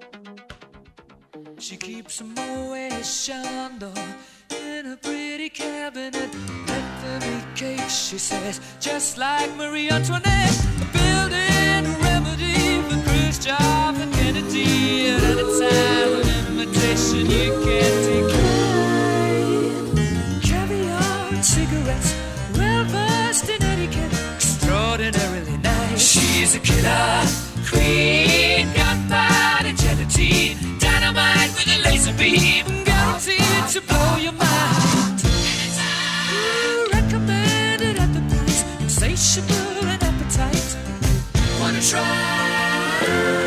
She keeps a Moet Chandon in a pretty cabinet. Bethany cake, she says, just like Marie Antoinette. A building remedy for Khrushchev and Kennedy. At any time, an invitation you can't decline. Caviar and cigarettes, well versed in etiquette, extraordinarily nice. She's a killer queen, gunpowder gelatine. Dynamite with a laser beam, guaranteed to blow your mind. Recommended at the price, insatiable and appetite. Wanna try?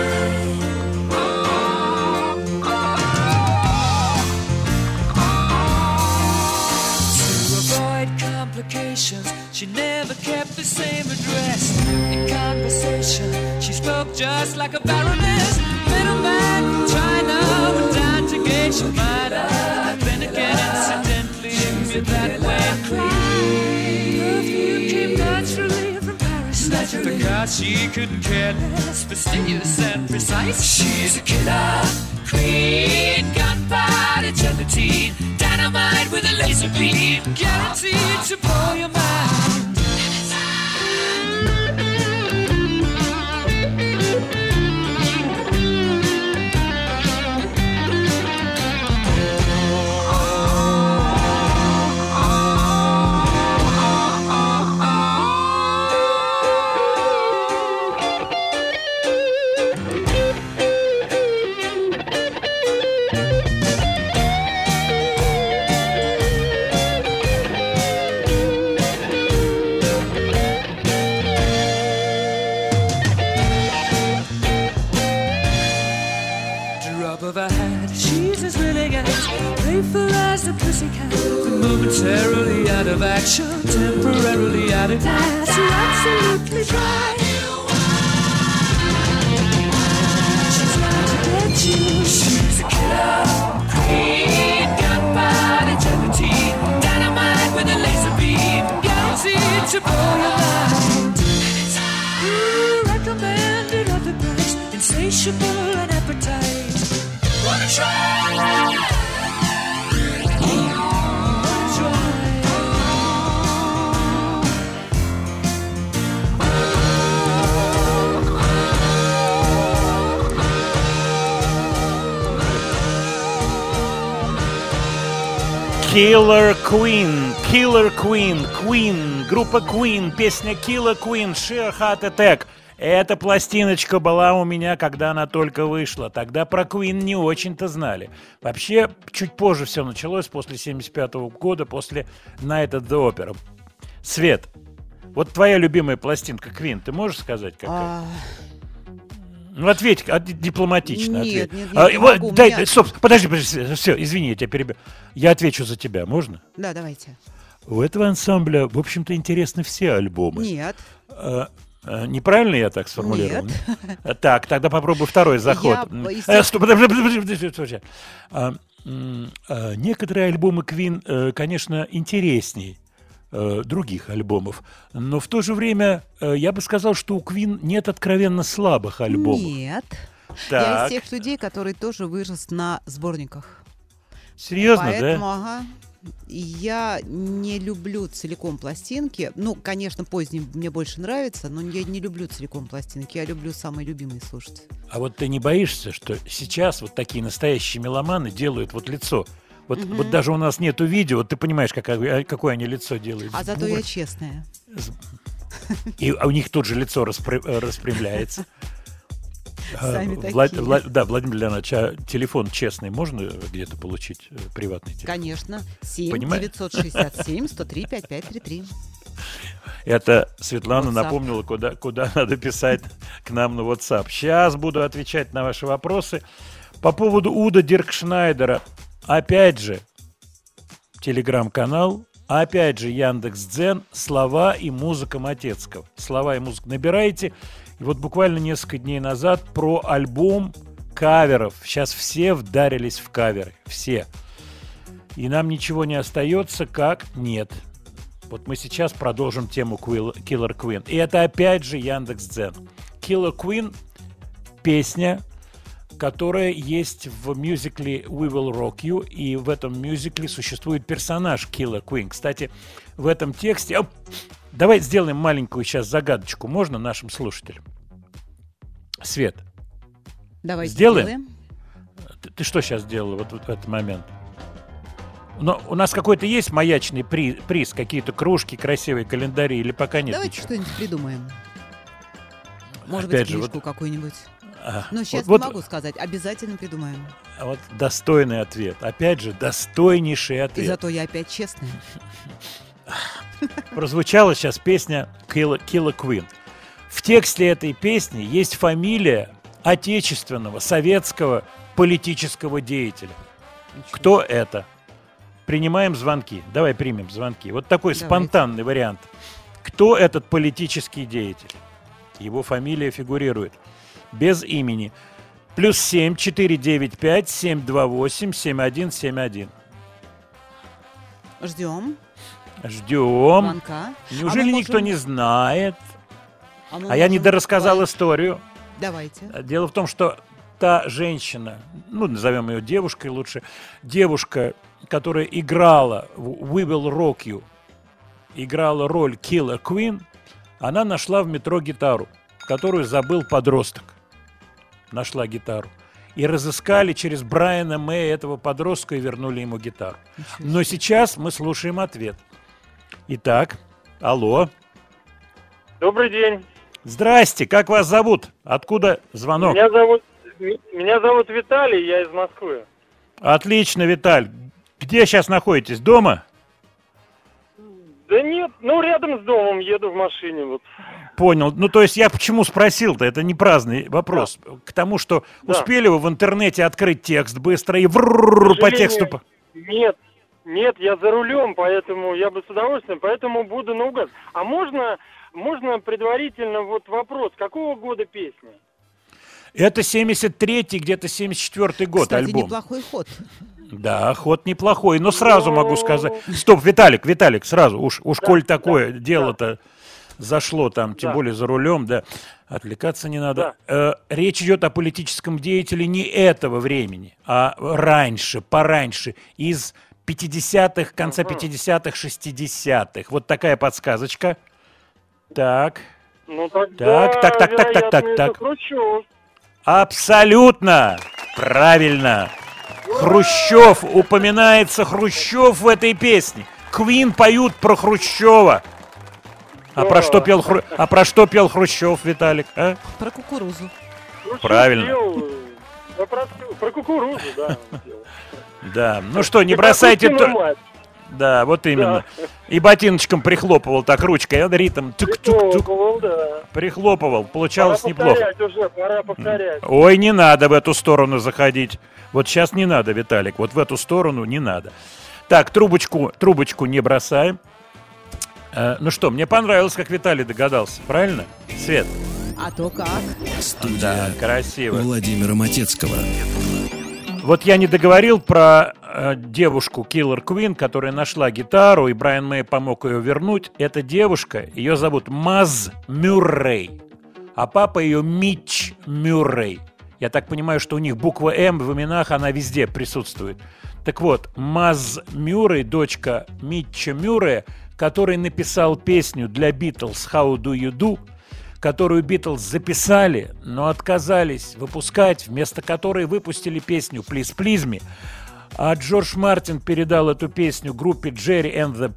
To avoid complications, she never kept the same address. In conversation, she spoke just like a baroness. Middleman from China went down to gauge your mind. Then again, incidentally, you're that way. Perfume came naturally from Paris. Because she couldn't care less, fastidious and precise. She's a killer queen, gunpowder gelatine. Dynamite with a laser beam, guaranteed to blow your mind. distraction, temporarily out of gas. You're absolutely right. She's out to get you. She's a killer queen, gunpowder gelatine, dynamite with a laser beam, guaranteed to blow your mind. Recommended at the price, insatiable and appetite. Wanna try? Killer Queen, Queen, группа Queen, песня Killer Queen, Sheer Heart Attack. Эта пластиночка была у меня, когда она только вышла. Тогда про Queen не очень-то знали. Вообще, чуть позже все началось, после 75-го года, после Night at the Opera. Свет, вот твоя любимая пластинка Queen, ты можешь сказать, какая? Ну, ответь, дипломатично Нет, ответь. нет, не могу, Дай, стоп, подожди, все, извини, я тебя перебью. Я отвечу за тебя, можно? Да, давайте. У этого ансамбля, в общем-то, интересны все альбомы. Нет. Неправильно я так сформулировал? Нет. Так, тогда попробуй второй заход. Стоп, подожди. Некоторые альбомы Queen, конечно, интересней других альбомов, но в то же время я бы сказал, что у Queen нет откровенно слабых альбомов. Нет. Так. Я из тех людей, которые тоже вырос на сборниках. Серьезно, Поэтому, да? ага, я не люблю целиком пластинки. Ну, конечно, поздние мне больше нравится, но я не люблю целиком пластинки. Я люблю самые любимые слушать. А вот ты не боишься, что сейчас вот такие настоящие меломаны делают вот лицо? Вот даже у нас нету видео, вот ты понимаешь, какое они лицо делают. А зато я честная. И у них тут же лицо распрямляется. Сами такие. Да, Владимир Леонидович, а телефон честный можно где-то получить, приватный телефон? Конечно. 7 Понимаешь? 967 103 5533. Это Светлана WhatsApp. напомнила, куда надо писать к нам на WhatsApp. Сейчас буду отвечать на ваши вопросы. По поводу Уда Диркшнайдера. Опять же, телеграм-канал, опять же, Яндекс.Дзен, слова и музыка Матецкого. Слова и музыка набираете. И вот буквально несколько дней назад про альбом каверов. Сейчас все вдарились в каверы. Все. И нам ничего не остается, как нет. Вот мы сейчас продолжим тему Killer Queen. И это опять же Яндекс.Дзен. Killer Queen – песня, которая есть в мюзикле We Will Rock You, и в этом мюзикле существует персонаж Killer Queen. Кстати, в этом тексте... Давай сделаем маленькую сейчас загадочку, можно нашим слушателям? Свет, Давайте сделаем? Ты что сейчас сделала вот в этот момент? Но у нас какой-то есть маячный приз, какие-то кружки, красивые календари, или пока нет? Давайте что-нибудь придумаем. Может Опять быть, же, книжку какую-нибудь. Но сейчас вот- не могу сказать. Обязательно придумаем. А вот достойный ответ. Опять же, достойнейший И ответ. зато я опять честная. Прозвучала сейчас песня Killer Queen. В тексте этой песни есть фамилия отечественного, советского политического деятеля. Кто это? Принимаем звонки. Давай примем звонки. Вот такой Давайте. спонтанный вариант. Кто этот политический деятель? Его фамилия фигурирует. Без имени. +7 495 728 7171. Ждем Ждем. звонка. Неужели мы никто можем- не знает? мы А я не можем дорассказал буквально- историю. Давайте. Дело в том, что та женщина, ну, назовем ее девушкой лучше, девушка, которая играла в We Will Rock You, играла роль Killer Queen, она нашла в метро гитару, которую забыл подросток. Нашла гитару. И разыскали через Брайана Мэя этого подростка и вернули ему гитару. Но сейчас мы слушаем ответ. Итак, алло. Добрый день. Здрасте, как вас зовут? Откуда звонок? Меня зовут Виталий, я из Москвы. Отлично, Виталь. Где сейчас находитесь? Дома? Да нет, рядом с домом еду в машине вот. Понял. Ну, то есть я почему спросил-то? Это не праздный вопрос. Да. К тому, что Да. успели вы в интернете открыть текст быстро и К по сожалению, тексту... Нет, Нет, я за рулем, поэтому я бы с удовольствием, поэтому буду наугад. А можно предварительно вот вопрос, какого года песня? Это 73-й, где-то 74-й год. Кстати, альбом. неплохой ход. Да, ход неплохой, но сразу могу сказать. Стоп, Виталик, сразу, уж коль такое дело-то зашло там, тем более за рулем, да, отвлекаться не надо. Речь идет о политическом деятеле не этого времени, а пораньше, из 50-х, конца 50-х, 60-х. Вот такая подсказочка. Так. Ну тогда, Так. Хрущев. Абсолютно правильно. Хрущев, упоминается Хрущев в этой песне. Квин поют про Хрущева. А про что пел Хрущев, Виталик? А? Про кукурузу. Правильно. Про кукурузу, да. Да, ну что, не бросайте... Да, вот именно. Да. И ботиночком прихлопывал так ручкой, ритм. Прихлопывал, да. Прихлопывал, получалось неплохо. Пора повторять. Ой, не надо в эту сторону заходить. Вот сейчас не надо, Виталик, вот в эту сторону не надо. Так, трубочку не бросаем. Ну что, мне понравилось, как Виталий догадался, правильно? Свет? А то как. Студия Да, красиво. Владимира Матецкого. Вот я не договорил про девушку Killer Queen, которая нашла гитару, и Брайан Мэй помог ее вернуть. Эта девушка, ее зовут Маз Мюррей, а папа ее Митч Мюррей. Я так понимаю, что у них буква «М» в именах, она везде присутствует. Так вот, Маз Мюррей, дочка Митча Мюррея, который написал песню для Битлз «How Do You Do», которую Битлз записали, но отказались выпускать, вместо которой выпустили песню «Please Please Me». А Джордж Мартин передал эту песню группе Jerry and the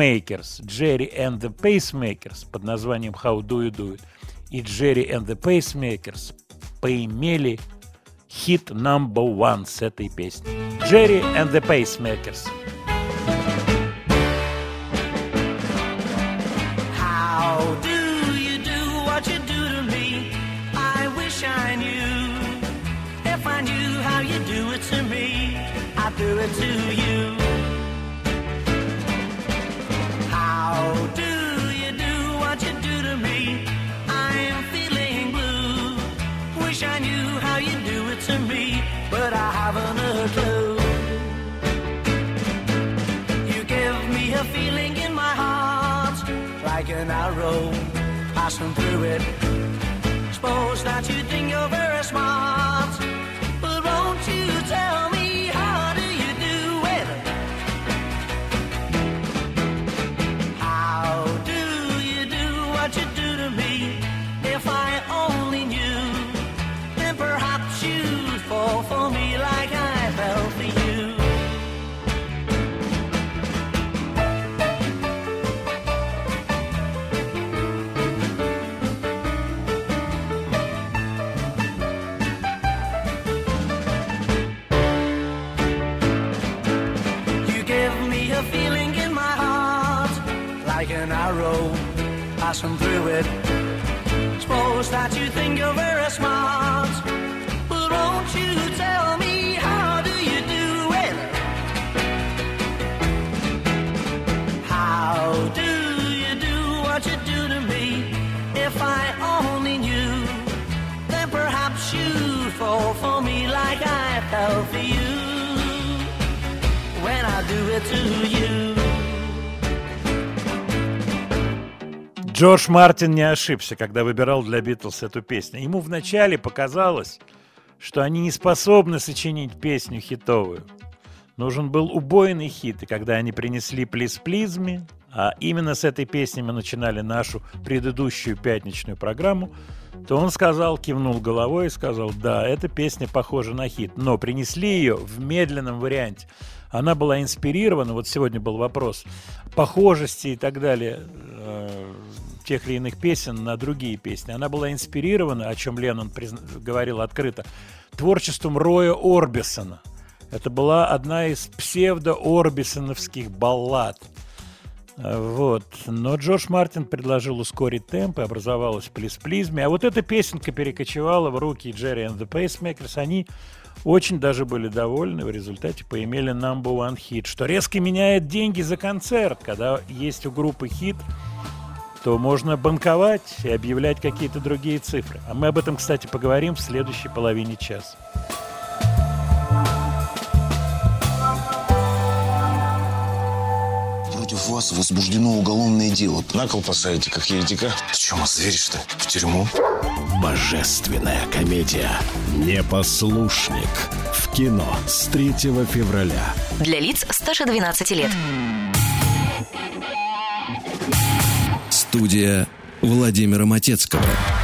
Pacemakers под названием «How Do You Do It». И Jerry and the Pacemakers поимели хит No. 1 с этой песней. Jerry and the Pacemakers. Do it to you. How do you do what you do to me? I'm feeling blue. Wish I knew how you do it to me, but I haven't a clue. You give me a feeling in my heart, like an arrow passing through it. Suppose that you think you're very smart, but won't you tell me? For me like I felt for you. You give me a feeling in my heart, like an arrow passing through it. Suppose that you think you're very smart, but won't you tell me how do you do it? How do you do what you do to me? If I only knew, then perhaps you'd fall for me like I fell for you when I do it to you. Джордж Мартин не ошибся, когда выбирал для Битлз эту песню. Ему вначале показалось, что они не способны сочинить песню хитовую. Нужен был убойный хит, и когда они принесли «Please Please Me», а именно с этой песни мы начинали нашу предыдущую пятничную программу, то он сказал, кивнул головой и сказал: да, эта песня похожа на хит, но принесли ее в медленном варианте. Она была инспирирована, вот сегодня был вопрос, похожести и так далее тех или иных песен на другие песни. Она была инспирирована, о чем Леннон говорил открыто, творчеством Роя Орбисона. Это была одна из псевдо-орбисоновских баллад. Вот. Но Джордж Мартин предложил ускорить темп, и образовалась «Please Please Me». А вот эта песенка перекочевала в руки Jerry and the Pacemakers. Они очень даже были довольны, в результате поимели number one hit, что резко меняет деньги за концерт. Когда есть у группы хит, то можно банковать и объявлять какие-то другие цифры. А мы об этом, кстати, поговорим в следующей половине часа. Против вас возбуждено уголовное дело. На кол посадите, как еретика. Ты что, озверишь-то? В тюрьму? Божественная комедия «Непослушник» в кино с 3 февраля. Для лиц старше 12 лет. Студия Владимира Матецкого.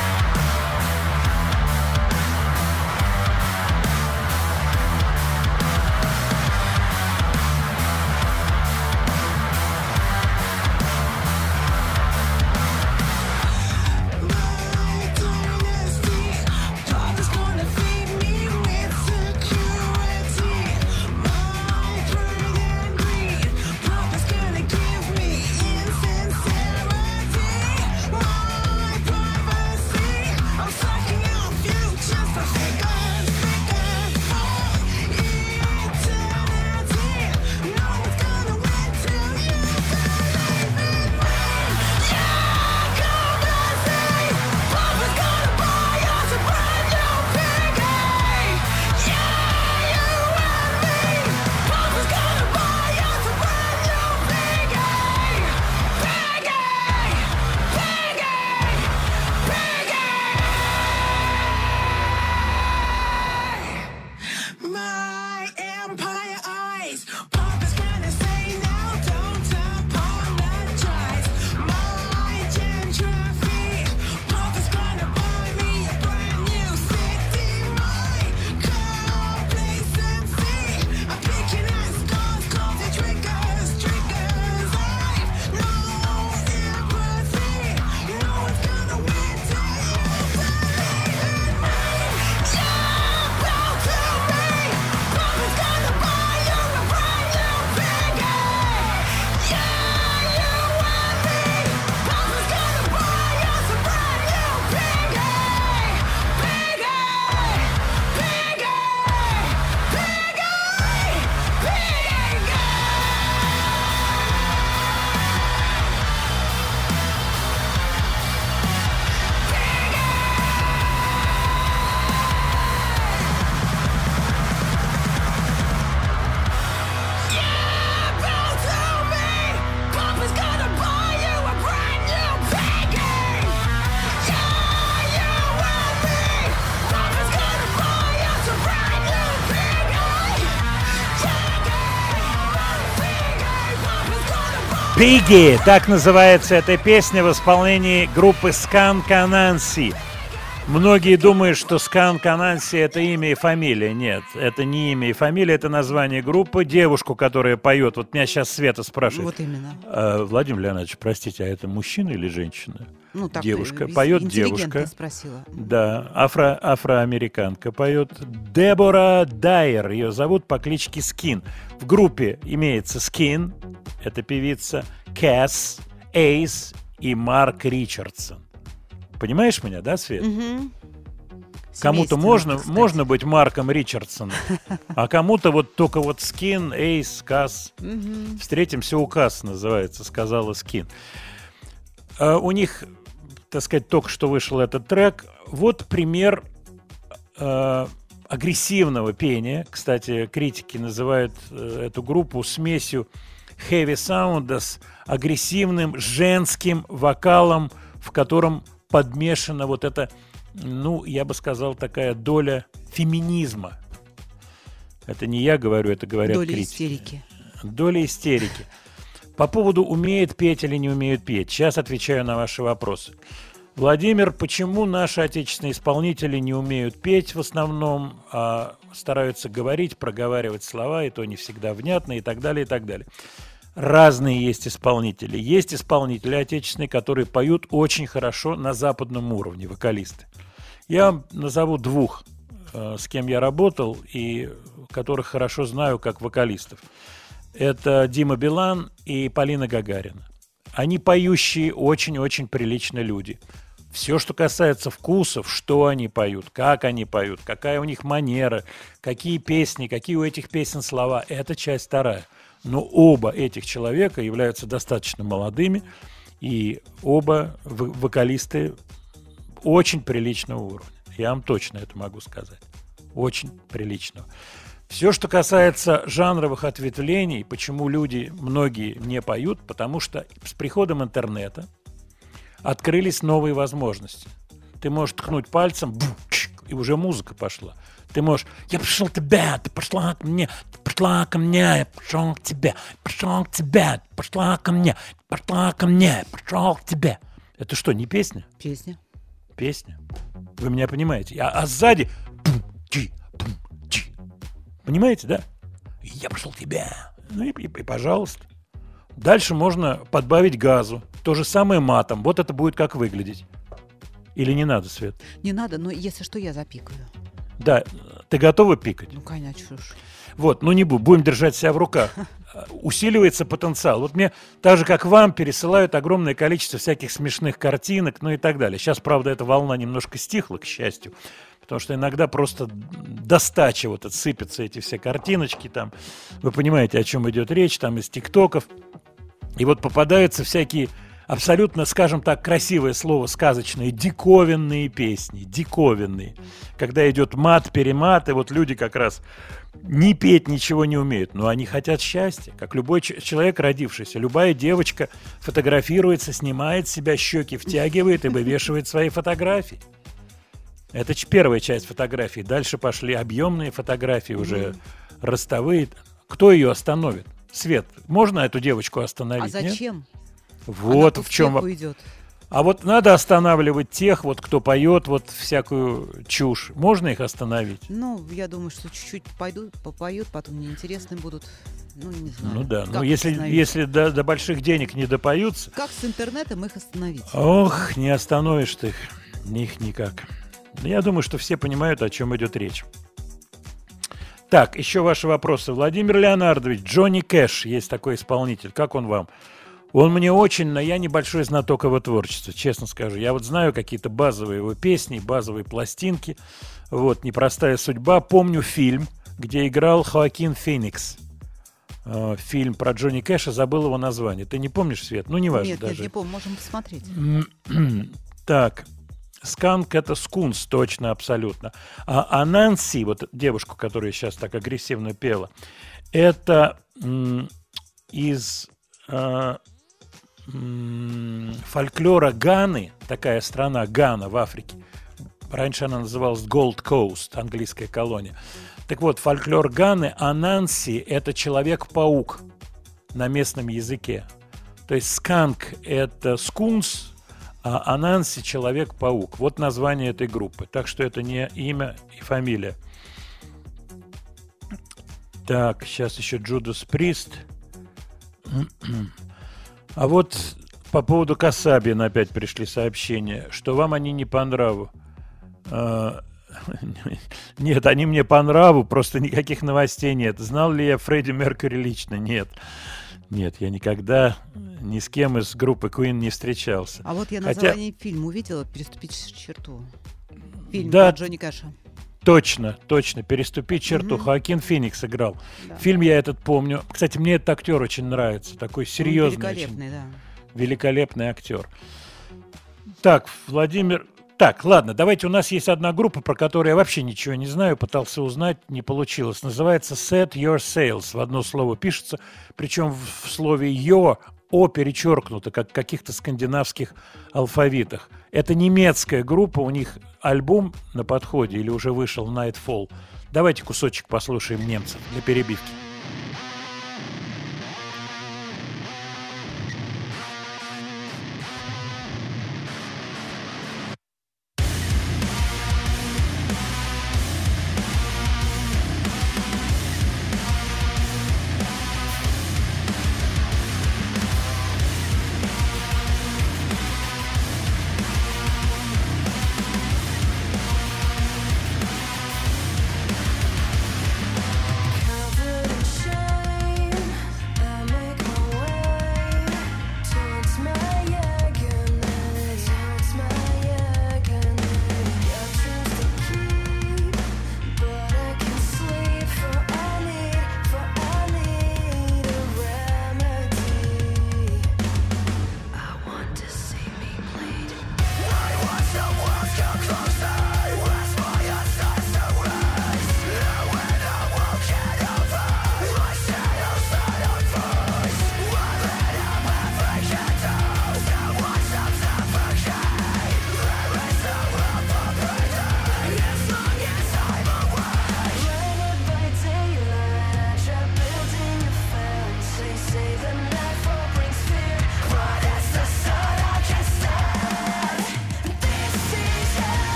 Piggy, так называется эта песня в исполнении группы Skunk Anansi. Многие думают, что Skunk Anansi это имя и фамилия. Нет, это не имя и фамилия, это название группы. Девушку, которая поет, вот меня сейчас Света спрашивает. Вот именно. Владимир Леонидович, простите, а это мужчина или женщина? Ну, так девушка, поет девушка. Спросила. Да, афроамериканка поет. Дебора Дайер, ее зовут по кличке Скин. В группе имеется Скин, это певица, Кэс, Эйс и Марк Ричардсон. Понимаешь меня, да, Свет? Угу. Кому-то можно быть Марком Ричардсоном, а кому-то вот только вот Скин, Эйс, Кэс. Угу. Встретимся у Кэс, называется, сказала Скин. У них, так сказать, только что вышел этот трек. Вот пример агрессивного пения. Кстати, критики называют эту группу смесью heavy sound с агрессивным женским вокалом, в котором подмешана вот эта, ну, я бы сказал, такая доля феминизма. Это не я говорю, это говорят доля критики. Истерики. Доля истерики. По поводу умеет петь или не умеют петь. Сейчас отвечаю на ваши вопросы. Владимир, почему наши отечественные исполнители не умеют петь в основном, а стараются говорить, проговаривать слова, и то не всегда внятно, и так далее, и так далее. Разные есть исполнители. Есть исполнители отечественные, которые поют очень хорошо на западном уровне, вокалисты. Я вам назову двух, с кем я работал, и которых хорошо знаю как вокалистов. Это Дима Билан и Полина Гагарина. Они поющие очень-очень прилично люди. Все, что касается вкусов, что они поют, как они поют, какая у них манера, какие песни, какие у этих песен слова, это часть вторая. Но оба этих человека являются достаточно молодыми, и оба вокалисты очень приличного уровня. Я вам точно это могу сказать. Очень приличного. Все, что касается жанровых ответвлений, почему люди, многие не поют, потому что с приходом интернета открылись новые возможности. Ты можешь ткнуть пальцем, и уже музыка пошла. Ты можешь, я пришел к тебе, ты пришла ко мне, я пришел к тебе, пришла ко мне, пришел к тебе. Это что, не песня? Песня. Песня. Вы меня понимаете? А сзади понимаете, да? Я пришел к тебе. Ну и пожалуйста. Дальше можно подбавить газу. То же самое матом. Вот это будет как выглядеть. Или не надо, Свет? Не надо, но если что, я запикаю. Да. Ты готова пикать? Ну, конечно уж. Вот, ну не будем держать себя в руках. Усиливается потенциал. Вот мне, так же как вам, пересылают огромное количество всяких смешных картинок, ну и так далее. Сейчас, правда, эта волна немножко стихла, к счастью. Потому что иногда просто достача вот отсыпятся эти все картиночки там. Вы понимаете, о чем идет речь, там из тиктоков. И вот попадаются всякие абсолютно, скажем так, красивое слово, сказочные, диковинные песни, диковинные. Когда идет мат, перемат, и вот люди как раз ни петь ничего не умеют, но они хотят счастья, как любой человек, родившийся. Любая девочка фотографируется, снимает себя, щеки втягивает и вывешивает свои фотографии. Это первая часть фотографий. Дальше пошли объемные фотографии, уже ростовые. Кто ее остановит? Свет, можно эту девочку остановить? А зачем? Нет? Вот в чем. А вот надо останавливать тех, вот, кто поет вот всякую чушь. Можно их остановить? Ну, я думаю, что чуть-чуть попоют, потом неинтересны будут. Ну, не знаю. Ну да, но если до больших денег не допоются... Как с интернетом их остановить? Ох, не остановишь ты их никак. Я думаю, что все понимают, о чем идет речь. Так, еще ваши вопросы. Владимир Леонардович, Джонни Кэш, есть такой исполнитель. Как он вам? Он мне очень, но я небольшой знаток его творчества, честно скажу. Я вот знаю какие-то базовые его песни, базовые пластинки. Вот, «Непростая судьба». Помню фильм, где играл Хоакин Феникс. Фильм про Джонни Кэша, забыл его название. Ты не помнишь, Свет? Ну, неважно даже. Нет, не помню, можем посмотреть. Так, «Сканк» — это «Скунс», точно, абсолютно. А Нэнси, вот девушку, которая сейчас так агрессивно пела, это из... фольклора Ганы, такая страна Гана в Африке. Раньше она называлась Gold Coast, английская колония. Так вот, фольклор Ганы, Ананси — это человек-паук на местном языке. То есть сканк — это скунс, а Ананси — человек-паук. Вот название этой группы. Так что это не имя и фамилия. Так, сейчас еще Judas Priest. А вот по поводу Касабина опять пришли сообщения, что вам они не по нраву. Нет, они мне по нраву, просто никаких новостей нет. Знал ли я Фредди Меркьюри лично? Нет. Нет, я никогда ни с кем из группы Queen не встречался. А вот я название фильма увидела «Переступить черту». Фильм да, про Джонни Кэша. Точно, «Переступить черту». Хоакин Феникс играл. Да. Фильм я этот помню. Кстати, мне этот актер очень нравится. Такой серьезный. Великолепный, да. Великолепный актер. Так, Владимир... Так, ладно, давайте, у нас есть одна группа, про которую я вообще ничего не знаю, пытался узнать, не получилось. Называется Set Your Sails. В одно слово пишется, причем в слове «your» «о» перечеркнуто, как в каких-то скандинавских алфавитах. Это немецкая группа, у них альбом на подходе или уже вышел Nightfall. Давайте кусочек послушаем немцев для перебивки. Confidence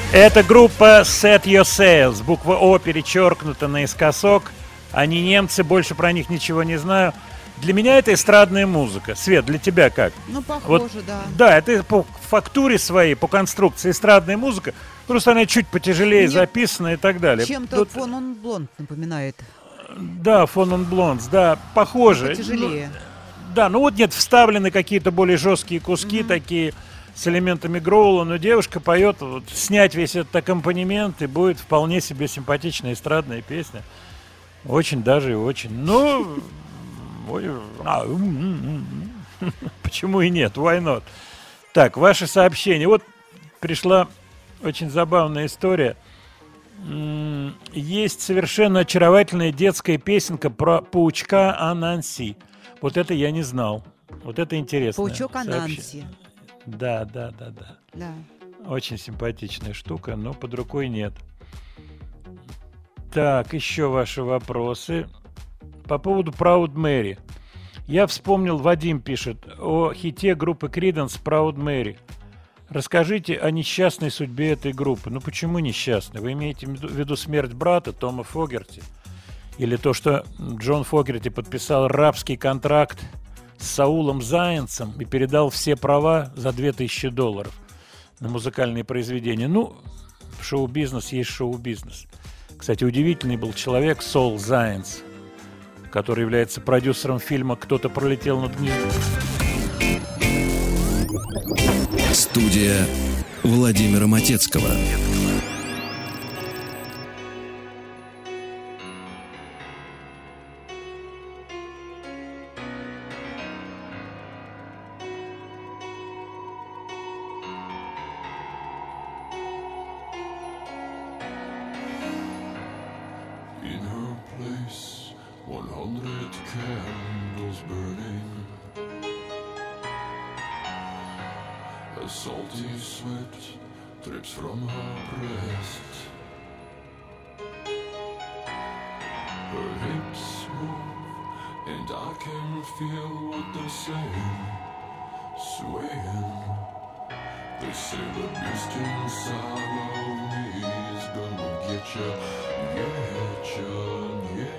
Это группа Set Your Sails. Буква О перечеркнута наискосок. Они немцы, больше про них ничего не знаю. Для меня это эстрадная музыка. Свет, для тебя как? Ну, похоже, вот, да. Да, это по фактуре своей, по конструкции эстрадная музыка. Просто она чуть потяжелее записана и так далее. Чем-то тут... Фон он Блонд напоминает. Да, Фон он Блондс, да, похоже. Потяжелее. Да, ну вот нет, вставлены какие-то более жесткие куски такие с элементами гроула, но девушка поет, вот, снять весь этот аккомпанемент, и будет вполне себе симпатичная эстрадная песня. Очень даже и очень. Ну, почему и нет? Why not? Так, ваши сообщения. Вот пришла очень забавная история. Есть совершенно очаровательная детская песенка про паучка Ананси. Вот это я не знал. Вот это интересно. Паучок Ананси. Да. Да. Очень симпатичная штука, но под рукой нет. Так, еще ваши вопросы. По поводу Proud Mary. Я вспомнил, Вадим пишет, о хите группы Creedence Proud Mary. Расскажите о несчастной судьбе этой группы. Ну почему несчастной? Вы имеете в виду смерть брата Тома Фогерти? Или то, что Джон Фогерти подписал рабский контракт с Саулом Зайенсом и передал все права за $2000 на музыкальные произведения? Ну, шоу-бизнес есть шоу-бизнес. Кстати, удивительный был человек Сол Зайенс, который является продюсером фильма «Кто-то пролетел над гнездом». Студия Владимира Матецкого. In her place, 100 candles burning. A salty sweat drips from her breast. Her hips move, and I can feel what they're saying, swaying. They say the beast inside of me is gonna get ya, yeah.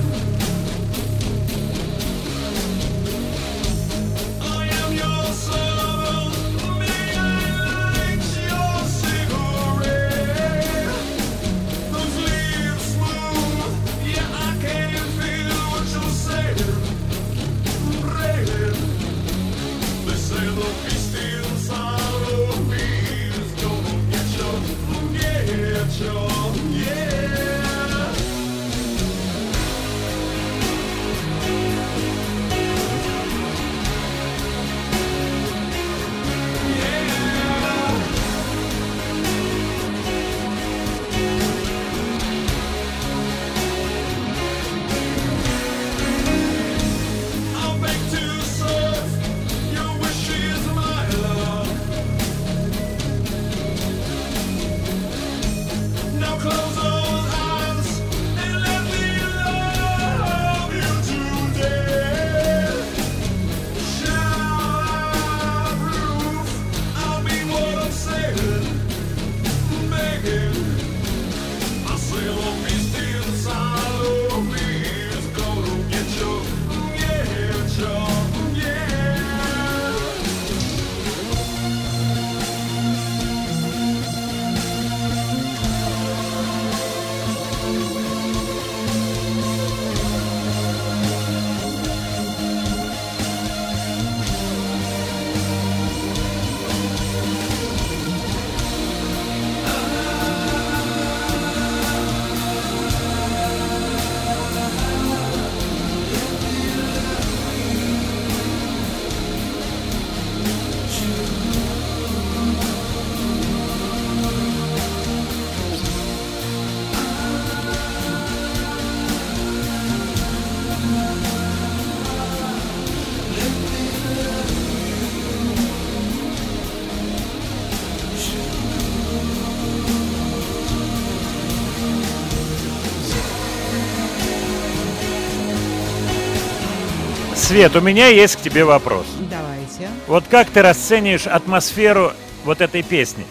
I am your son. Свет, у меня есть к тебе вопрос. Давайте. Вот как ты расцениваешь атмосферу вот этой песни?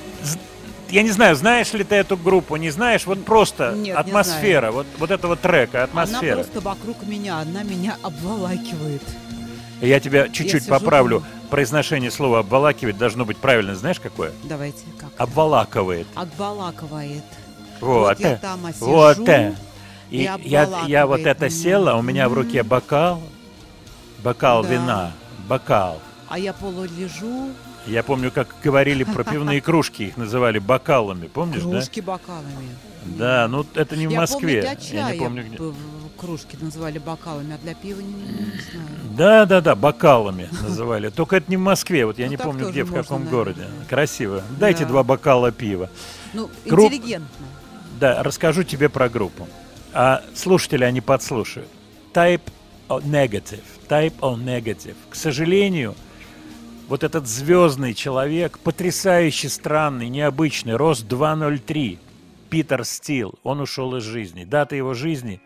Я не знаю, знаешь ли ты эту группу, не знаешь? Вот просто Нет, атмосфера, вот этого трека, атмосфера. Она просто вокруг меня, она меня обволакивает. Я тебя чуть-чуть сижу, поправлю. думаю. Произношение слова «обволакивать» должно быть правильно. Знаешь, какое? Давайте, как? Обволакивает. Обволакивает. Вот. я там сижу, Вот. И и я вот это обволакивает села, меня. у меня в руке бокал Да. вина, бокал. А я полулежу, Я помню, как говорили про пивные кружки, их называли бокалами, помнишь, кружки бокалами. да? Да, ну это не в Я Москве. помню, для чая Я не помню, где. кружки называли бокалами, а для пива не Да, знаю. бокалами называли. Только это не в Москве, вот я Ну, не так помню, тоже где, в можно, каком наверное. городе. Красиво. Дайте Да. 2 бокала пива. Ну, Групп- интеллигентно. Да, расскажу тебе про группу. А слушатели, они подслушают. Type O Negative. К сожалению, вот этот звездный человек, потрясающе странный, необычный, рост 2,03, Питер Стил, он ушел из жизни. Дата его жизни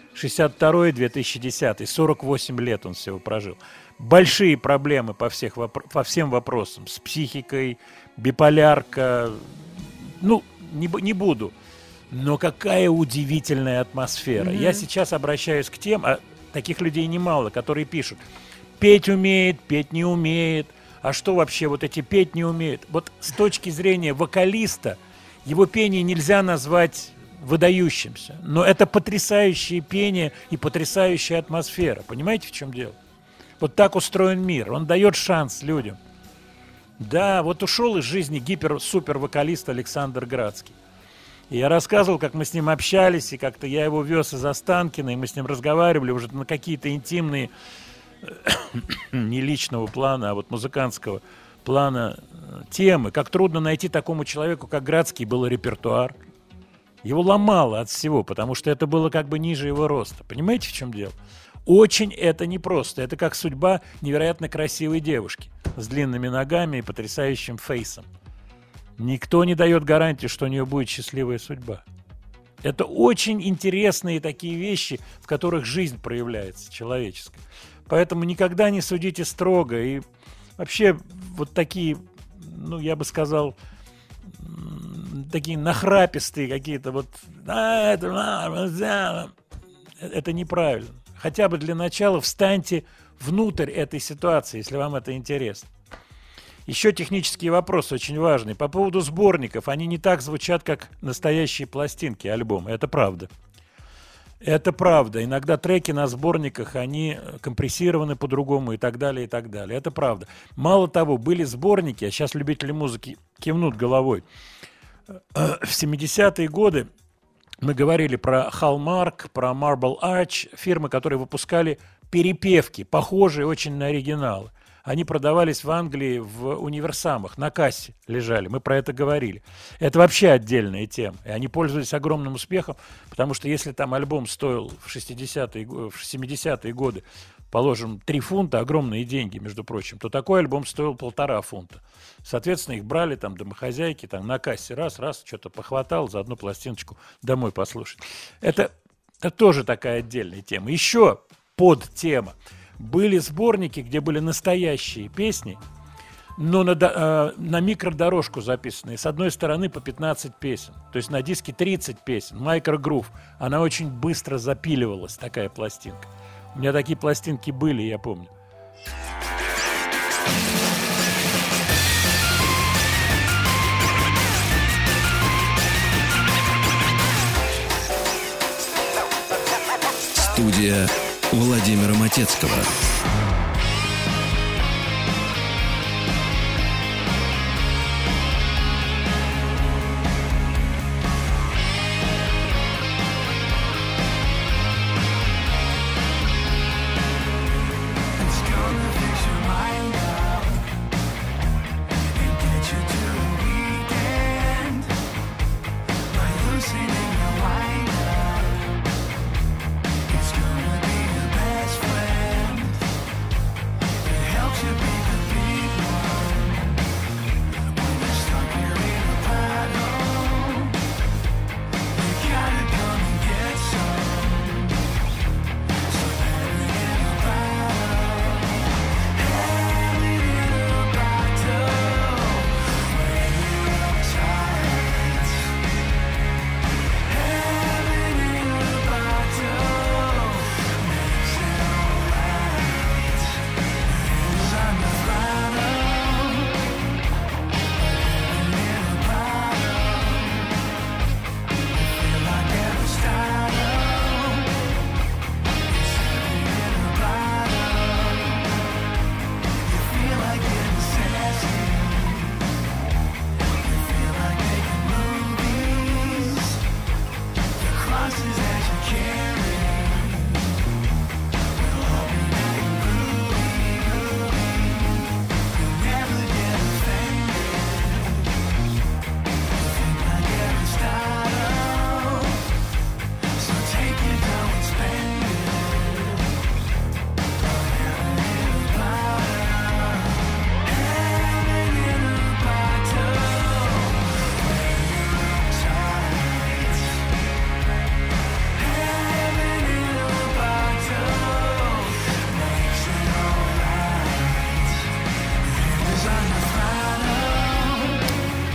62-2010, 48 лет он всего прожил. Большие проблемы по всем вопросам. С психикой, биполярка. Ну, не буду. Но какая удивительная атмосфера. Я сейчас обращаюсь к тем, а таких людей немало, которые пишут: петь умеет, петь не умеет. А что вообще вот эти петь не умеют? Вот с точки зрения вокалиста, его пение нельзя назвать выдающимся. Но это потрясающее пение и потрясающая атмосфера. Понимаете, в чем дело? Вот так устроен мир. Он дает шанс людям. Да, вот ушел из жизни гипер-супер-вокалист Александр Градский. И я рассказывал, как мы с ним общались, и как-то я его вез из Останкина, и мы с ним разговаривали уже на какие-то интимные, не личного плана, а вот музыкантского плана темы. Как трудно найти такому человеку, как Градский, был репертуар. Его ломало от всего, потому что это было как бы ниже его роста. Понимаете, в чем дело? Очень это непросто. Это как судьба невероятно красивой девушки с длинными ногами и потрясающим фейсом. Никто не дает гарантии, что у нее будет счастливая судьба. Это очень интересные такие вещи, в которых жизнь проявляется, человеческая. Поэтому никогда не судите строго. И вообще вот такие, ну, я бы сказал, такие нахрапистые какие-то вот... Это неправильно. Хотя бы для начала встаньте внутрь этой ситуации, если вам это интересно. Еще технические вопросы очень важные. По поводу сборников. Они не так звучат, как настоящие пластинки, альбомы. Это правда. Это правда. Иногда треки на сборниках, они компрессированы по-другому и так далее, и так далее. Это правда. Мало того, были сборники, а сейчас любители музыки кивнут головой. В 70-е годы мы говорили про Hallmark, про Marble Arch, фирмы, которые выпускали перепевки, похожие очень на оригиналы. Они продавались в Англии в универсамах, на кассе лежали, мы про это говорили. Это вообще отдельная тема. И они пользовались огромным успехом, потому что если там альбом стоил в 70-е годы, положим, 3 фунта, огромные деньги, между прочим, то такой альбом стоил 1,5 фунта. Соответственно, их брали там домохозяйки, там на кассе раз, что-то похватал, за одну пластиночку домой послушать. Это тоже такая отдельная тема. Еще подтема. Были сборники, где были настоящие песни, но на микродорожку записанные. С одной стороны по 15 песен. То есть на диске 30 песен. Microgrove. Она очень быстро запиливалась, такая пластинка. У меня такие пластинки были, я помню. Студия Владимира Матецкого. It's gonna be the best friend.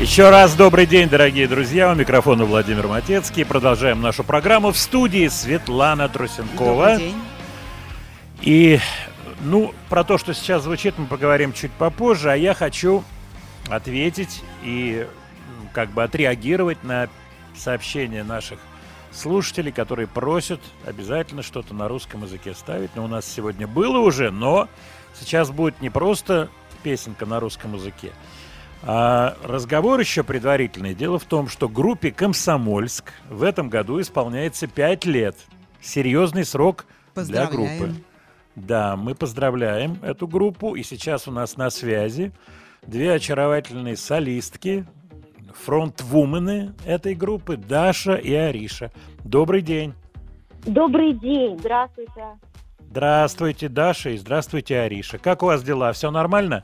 Еще раз добрый день, дорогие друзья. У микрофона Владимир Матецкий. Продолжаем нашу программу. В студии Светлана Трусенкова. Добрый день. И, про то, что сейчас звучит, мы поговорим чуть попозже. А я хочу ответить и отреагировать на сообщения наших слушателей, которые просят обязательно что-то на русском языке ставить. Но у нас сегодня было уже, но сейчас будет не просто песенка на русском языке, а разговор еще предварительный. Дело в том, что группе «Комсомольск» в этом году исполняется 5 лет. Серьезный срок для группы. Да, мы поздравляем эту группу. И сейчас у нас на связи 2 очаровательные солистки, фронтвумены этой группы, Даша и Ариша. Добрый день. Добрый день, здравствуйте. Здравствуйте, Даша, и здравствуйте, Ариша. Как у вас дела? Все нормально?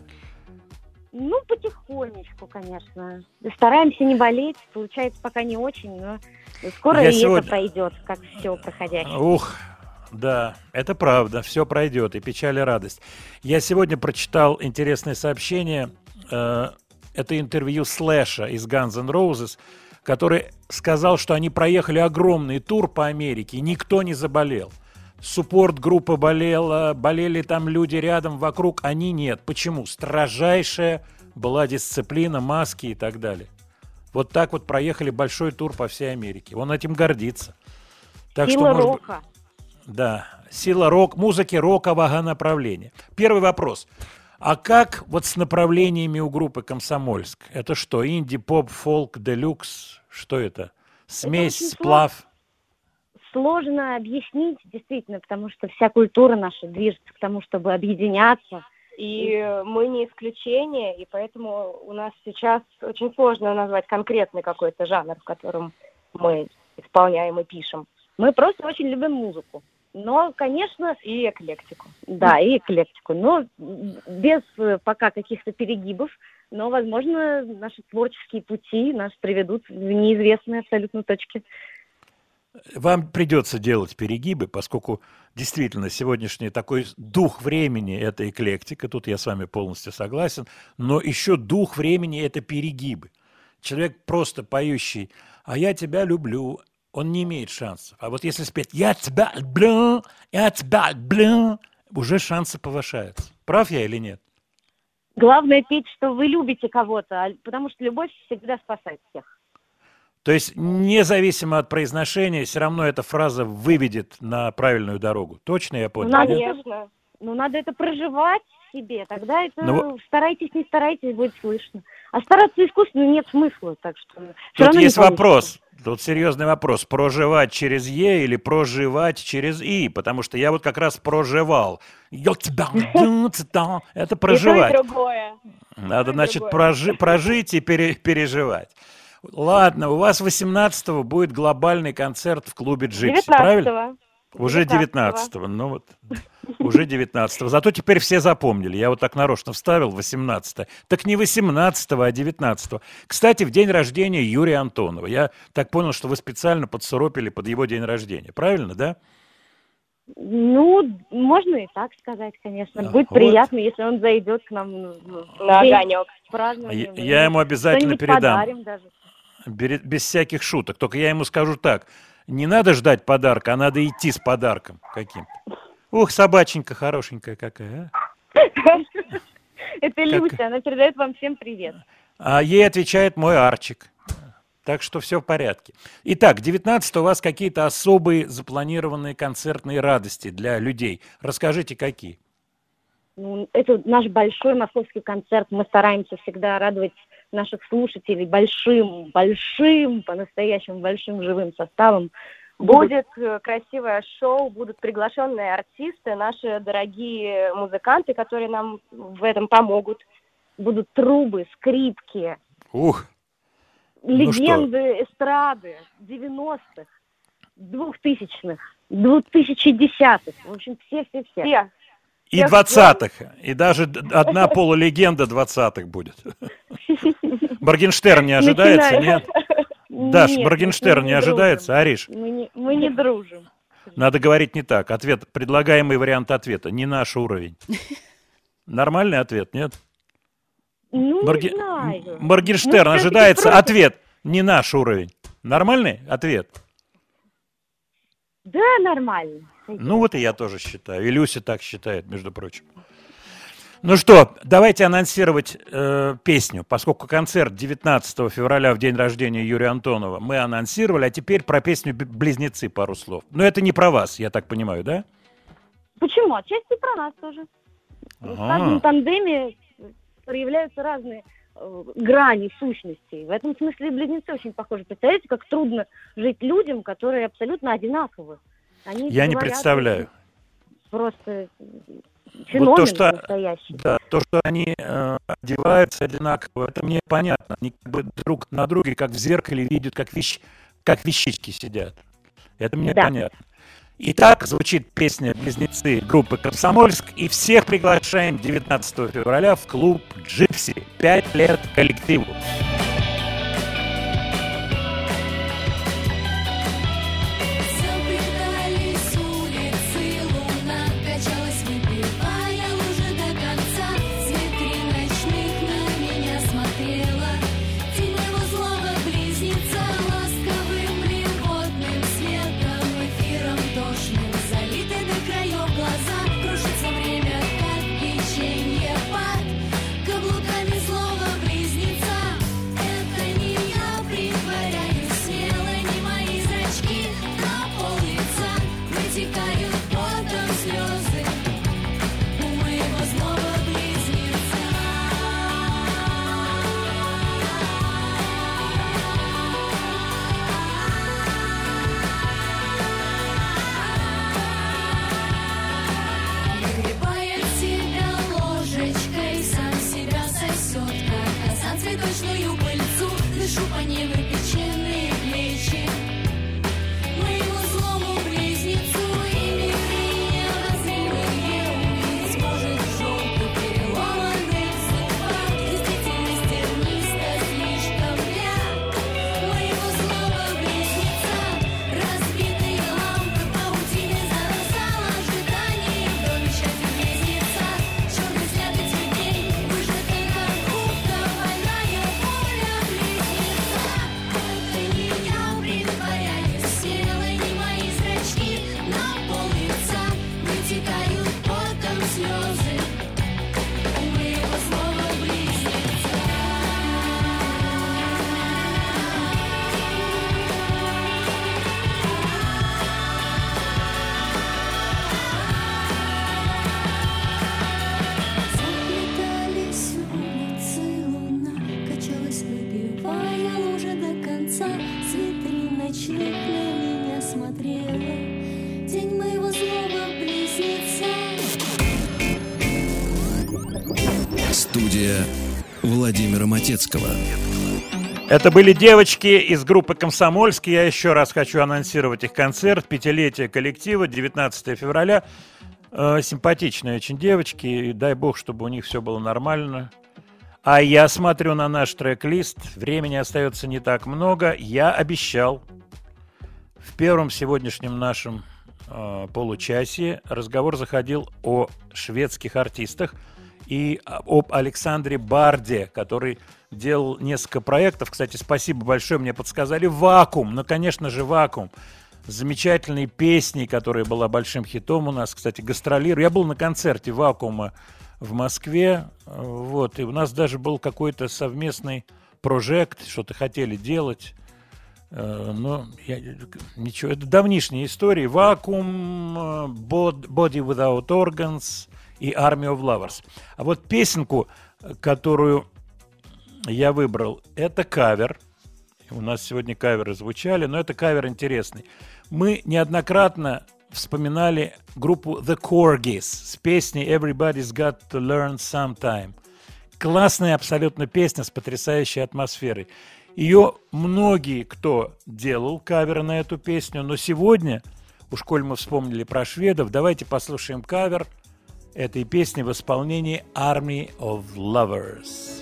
Потихонечку, конечно. Стараемся не болеть, получается пока не очень, но скоро это пройдет, как все проходящее. Да, это правда, все пройдет, и печаль, и радость. Я сегодня прочитал интересное сообщение, это интервью Слэша из Guns N' Roses, который сказал, что они проехали огромный тур по Америке, и никто не заболел. Суппорт-группа болела, болели там люди рядом, вокруг, они нет. Почему? Строжайшая была дисциплина, маски и так далее. Вот так вот проехали большой тур по всей Америке. Он этим гордится. Так сила что, рока. Да, сила музыки рокового направления. Первый вопрос. А как вот с направлениями у группы «Комсомольск»? Это что, инди, поп, фолк, делюкс? Что это? Смесь, сплав? Сложно объяснить, действительно, потому что вся культура наша движется к тому, чтобы объединяться. И мы не исключение, и поэтому у нас сейчас очень сложно назвать конкретный какой-то жанр, в котором мы исполняем и пишем. Мы просто очень любим музыку. Но, конечно... И эклектику. Да, и эклектику. Но без пока каких-то перегибов. Но, возможно, наши творческие пути нас приведут в неизвестные абсолютно точки. Вам придется делать перегибы, поскольку действительно сегодняшний такой дух времени – это эклектика, тут я с вами полностью согласен, но еще дух времени – это перегибы. Человек просто поющий «А я тебя люблю», он не имеет шансов. А вот если спеть «Я тебя люблю», уже шансы повышаются. Прав я или нет? Главное петь, что вы любите кого-то, потому что любовь всегда спасает всех. То есть, независимо от произношения, все равно эта фраза выведет на правильную дорогу. Точно я понял? Конечно. Надо это проживать в себе, тогда это старайтесь, не старайтесь, будет слышно. А стараться искусственно нет смысла, так что... Тут есть вопрос, тут серьезный вопрос. Проживать через «е» или проживать через «и», потому что я вот как раз проживал. Это проживать. И то, и другое. Надо, значит, прожить и переживать. Ладно, у вас 18-го будет глобальный концерт в клубе «Джипси», правильно? Уже 19-го, уже 19-го. Зато теперь все запомнили. Я вот так нарочно вставил 18-го. Так не 18-го, а 19-го. Кстати, в день рождения Юрия Антонова. Я так понял, что вы специально подсуропили под его день рождения. Правильно, да? Можно и так сказать, конечно. Будет приятно, если он зайдет к нам на огонек. Я ему обязательно передам. Без всяких шуток. Только я ему скажу так. Не надо ждать подарка, а надо идти с подарком каким-то. Ух, собаченька хорошенькая какая, а? Это Люся, она передает вам всем привет. А ей отвечает мой Арчик. Так что все в порядке. Итак, 19 у вас какие-то особые запланированные концертные радости для людей. Расскажите, какие? Это наш большой московский концерт. Мы стараемся всегда радовать наших слушателей большим, по-настоящему большим живым составом. Будет красивое шоу, будут приглашенные артисты, наши дорогие музыканты, которые нам в этом помогут. Будут трубы, скрипки. Ух! Легенды эстрады 90-х, 2000-х, 2010-х. В общем, все. И 20-х. И даже одна полулегенда 20-х будет. Моргенштерн не ожидается, нет? Даш, Моргенштерн не ожидается, Ариш? Мы не дружим. Надо говорить не так. Предлагаемый вариант ответа. Не наш уровень. Нормальный ответ, нет? Ну, не знаю. Моргенштерн, Ну, ожидается просто- ответ. Не наш уровень. Нормальный ответ? Да, нормально. Ну вот и я тоже считаю. И Люся так считает, между прочим. Ну что, давайте анонсировать песню, поскольку концерт 19 февраля в день рождения Юрия Антонова мы анонсировали, а теперь про песню «Близнецы» пару слов. Но это не про вас, я так понимаю, да? Почему? Отчасти про нас тоже. В каждом тандеме проявляются разные грани, сущности. В этом смысле близнецы очень похожи. Представляете, как трудно жить людям, которые абсолютно одинаковы. Они Я не говорят, представляю. Просто Вот феномен то, что, настоящий. да, то, что они одеваются одинаково, это мне понятно. Они как бы друг на друге, как в зеркале, видят, как вещички сидят. Это мне понятно. Итак, звучит песня «Близнецы» группы «Комсомольск». И всех приглашаем 19 февраля в клуб «Джипси». 5 лет коллективу. Запрягались улицы, луна качалась, выпивая лужи до конца. С витрин ночных на меня смотрела тень моего злого близнеца. Ласковым льготным светом, эфиром тошным, залиты до краев глаза. Кружится время, как печенье под каблуками злого близнеца. Это не я притворяюсь смело, не мои зрачки на пол лица вытекают потом слезы у моего злого близнеца. Нагребает себя ложечкой, сам себя сосет, как казан цветочную пыльцу. Дышу по ней выпеченные плечи моему злому близнецу. И мигрень невоззримые увидеть может в желтых переломанных зубах. Действительность терниста слишком для моего злого близнеца. Разбитые лампы в паутине заросал ожидание в доме счастья близнеца. Черный взгляд этих дней выжатый, как губка, больная воля близнеца. Это не я притворяюсь смело, не мои зрачки на пол лица вытекают потом слезы у моего злого близнеца. Заплетались улицы, луна качалась, выпивая лужи до конца. С витрин ночных на меня смотрела тень моего злого близнеца. Студия Владимира Матецкого. Это были девочки из группы «Комсомольск». Я еще раз хочу анонсировать их концерт. 5-летие коллектива, 19 февраля. Симпатичные очень девочки. И дай бог, чтобы у них все было нормально. А я смотрю на наш трек-лист. Времени остается не так много. Я обещал в первом сегодняшнем нашем получасе разговор заходил о шведских артистах и об Александре Барде, который делал несколько проектов. Кстати, спасибо большое, мне подсказали. «Вакуум», ну, конечно же, «Вакуум». Замечательные песни, которая была большим хитом у нас. Кстати, гастролирую. Я был на концерте «Вакуума» в Москве. Вот, и у нас даже был какой-то совместный проект, что-то хотели делать. Но ничего, это давнишние истории. «Вакуум», «Body Without Organs» и «Army of Lovers». А вот песенку, которую я выбрал, это кавер. У нас сегодня каверы звучали, но это кавер интересный. Мы неоднократно вспоминали группу The Corgis с песней «Everybody's Got to Learn Sometime». Классная абсолютно песня с потрясающей атмосферой. Ее многие кто делал каверы на эту песню, но сегодня, уж коль мы вспомнили про шведов, давайте послушаем кавер этой песни в исполнении Army of Lovers.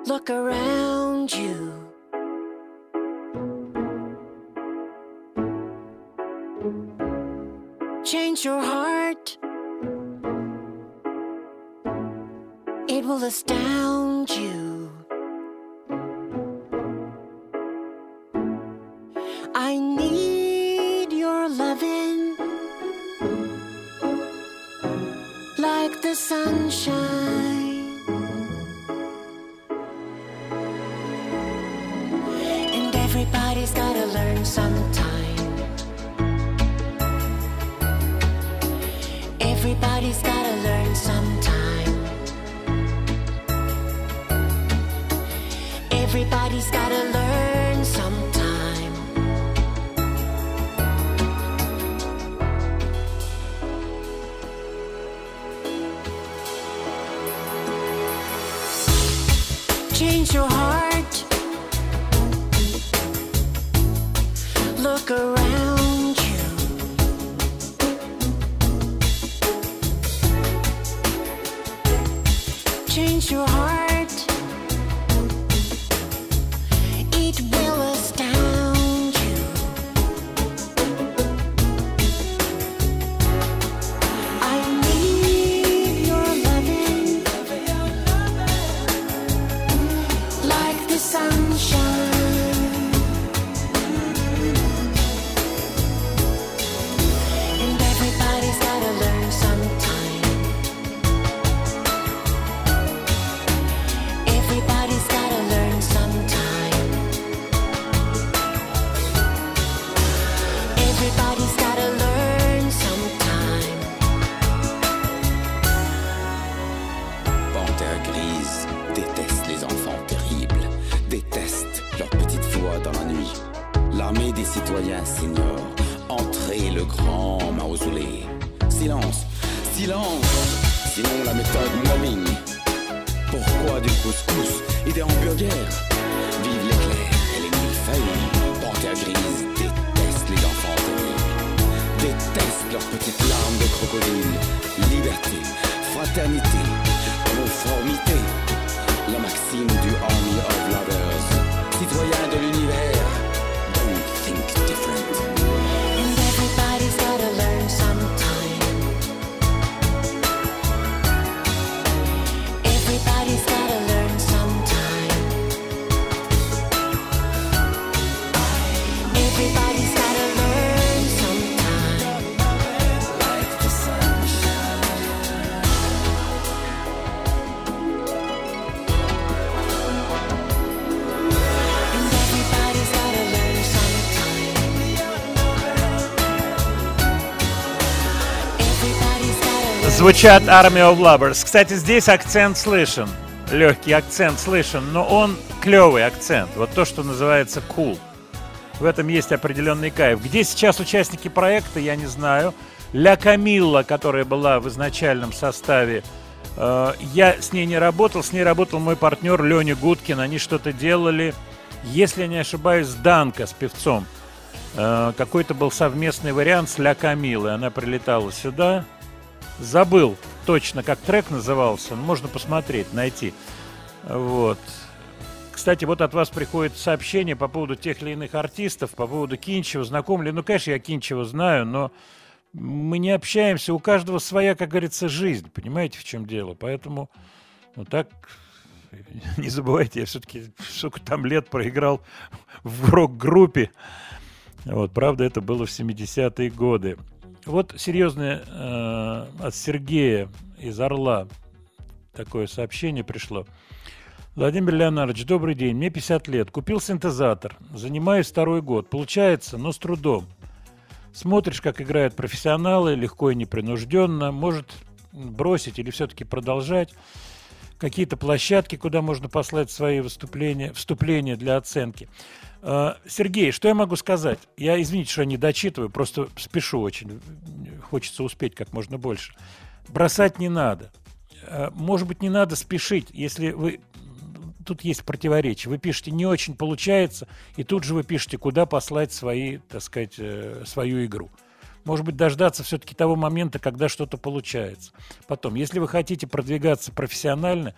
Look around you. Change your heart. It will astound you. I need your loving like the sunshine. And everybody's gotta learn sometime. Everybody's gotta learn sometime. Everybody's gotta learn sometime. Change your heart. Look around you. Change your heart. It will astound you. I need your loving like the sunshine. And everybody's gotta learn sometime. Everybody's gotta learn sometime. Everybody's gotta learn sometime. Panthère grise déteste les enfants terribles, déteste leur petite voix dans la nuit. L'armée des citoyens seniors, entrez le grand mausolée. Silence, silence, sinon la méthode mobbing. Pourquoi du couscous et des hamburgers? Vive l'éclair et les millefeuilles. Panthère grise déteste les enfants terribles, déteste leurs petites larmes de crocodile. Liberté, fraternité, conformité. La maxime du Army of Lovers. Citoyens de l'univers, don't think different. And everybody's gotta learn sometime. Everybody's gotta learn sometime. Everybody's gotta learn sometime. Like the sunshine. And everybody's gotta learn sometime. Everybody's gotta learn. Звучат Army of Lovers. Кстати, здесь акцент слышен. Легкий акцент слышен, но он клевый акцент. Вот то, что называется cool. В этом есть определенный кайф. Где сейчас участники проекта, я не знаю. Ля Камилла, которая была в изначальном составе, я с ней не работал. С ней работал мой партнер Леня Гудкин. Они что-то делали, если я не ошибаюсь, с Данко, с певцом. Какой-то был совместный вариант с Ля Камиллой. Она прилетала сюда. Забыл точно, как трек назывался. Можно посмотреть, найти. Вот. Кстати, вот от вас приходит сообщение по поводу тех или иных артистов, по поводу Кинчева. Знаком ли? Ну, конечно, я Кинчева знаю, но мы не общаемся. У каждого своя, как говорится, жизнь. Понимаете, в чем дело? Поэтому вот так не забывайте, я все-таки сколько там лет проиграл в рок-группе. Вот, правда, это было в 70-е годы. Вот серьезное от Сергея из Орла такое сообщение пришло. Владимир Леонардович, добрый день. Мне 50 лет. Купил синтезатор. Занимаюсь 2-й год. Получается, но с трудом. Смотришь, как играют профессионалы, легко и непринужденно. Может бросить или все-таки продолжать. Какие-то площадки, куда можно послать свои вступления для оценки. Сергей, что я могу сказать? Я, извините, что я не дочитываю, просто спешу очень. Хочется успеть как можно больше. Бросать не надо. Может быть, не надо спешить, если вы... Тут есть противоречие. Вы пишете, не очень получается, и тут же вы пишете, куда послать свои, так сказать, свою игру. Может быть, дождаться все-таки того момента, когда что-то получается. Потом, если вы хотите продвигаться профессионально,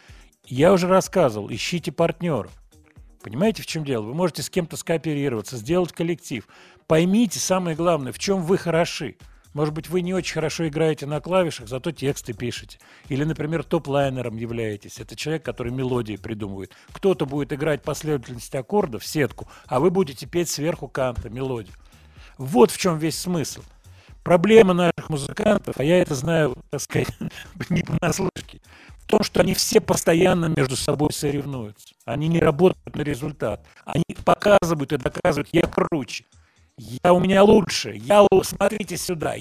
Я уже рассказывал, ищите партнеров. Понимаете, в чем дело? Вы можете с кем-то скооперироваться, сделать коллектив. Поймите, самое главное, в чем вы хороши. Может быть, вы не очень хорошо играете на клавишах, зато тексты пишете. Или, например, топ-лайнером являетесь. Это человек, который мелодии придумывает. Кто-то будет играть последовательность аккордов, сетку, а вы будете петь сверху канта, мелодию. Вот в чем весь смысл. Проблема наших музыкантов, а я это знаю, так сказать, не понаслышке, в том, что они все постоянно между собой соревнуются. Они не работают на результат. Они показывают и доказывают, я круче. У меня лучше. Смотрите сюда.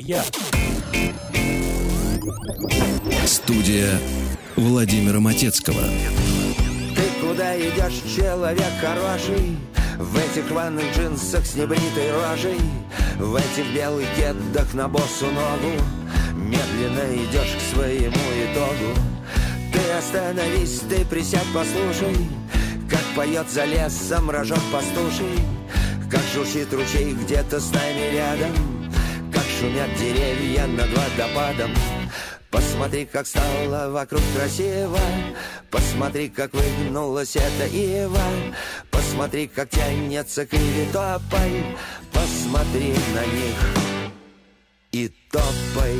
Студия Владимира Матецкого. Ты куда идешь, человек хороший? В этих рваных джинсах с небритой рожей, в этих белых кедах на босу ногу, медленно идешь к своему итогу. Ты остановись, ты присядь, послушай, как поет за лесом рожок пастуший, как журчит ручей где-то с нами рядом, как шумят деревья над водопадом. Посмотри, как стало вокруг красиво, посмотри, как выгнулась эта ива, посмотри, как тянется к иве тополь, посмотри на них и топай,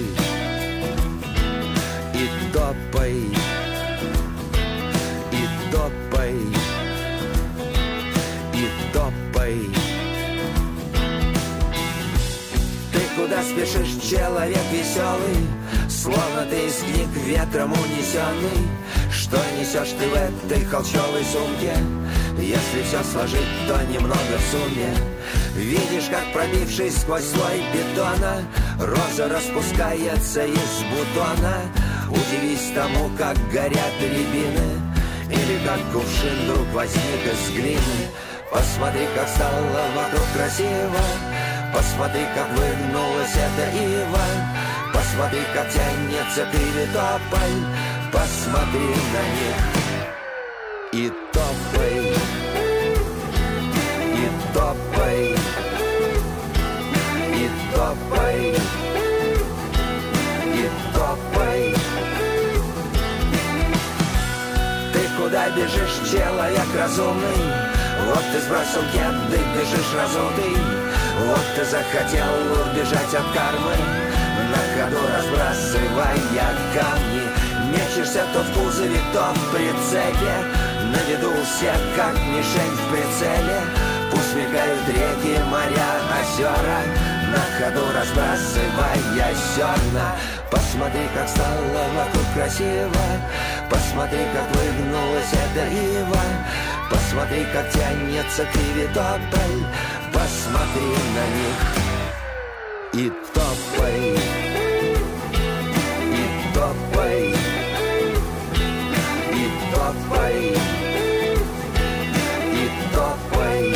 и топай, и топай, и топай. Ты куда спешишь, человек веселый? Словно ты из книг ветром унесенный. Что несешь ты в этой холщовой сумке? Если все сложить, то немного в сумме. Видишь, как пробившись сквозь слой бетона, роза распускается из бутона. Удивись тому, как горят рябины, или как кувшин вдруг возник из глины. Посмотри, как стало вокруг красиво, посмотри, как выгнулась эта ива, посмотри, как тянется к иве тополь, посмотри на них и топай, и топай, и топай, и топай. Ты куда бежишь, человек разумный? Вот ты сбросил кеды, бежишь разутый. Вот ты захотел убежать от кармы, на ходу разбрасывая камни. Мечешься то в кузове, то в прицепе, на виду у всех, как мишень в прицеле. Пусть мигают реки, моря, озера, на ходу разбрасывая зерна. Посмотри, как стало вокруг красиво, посмотри, как выгнулась эта ива, посмотри, как тянется к иве тополь, посмотри на них и топай, и топай, и топай, и топай.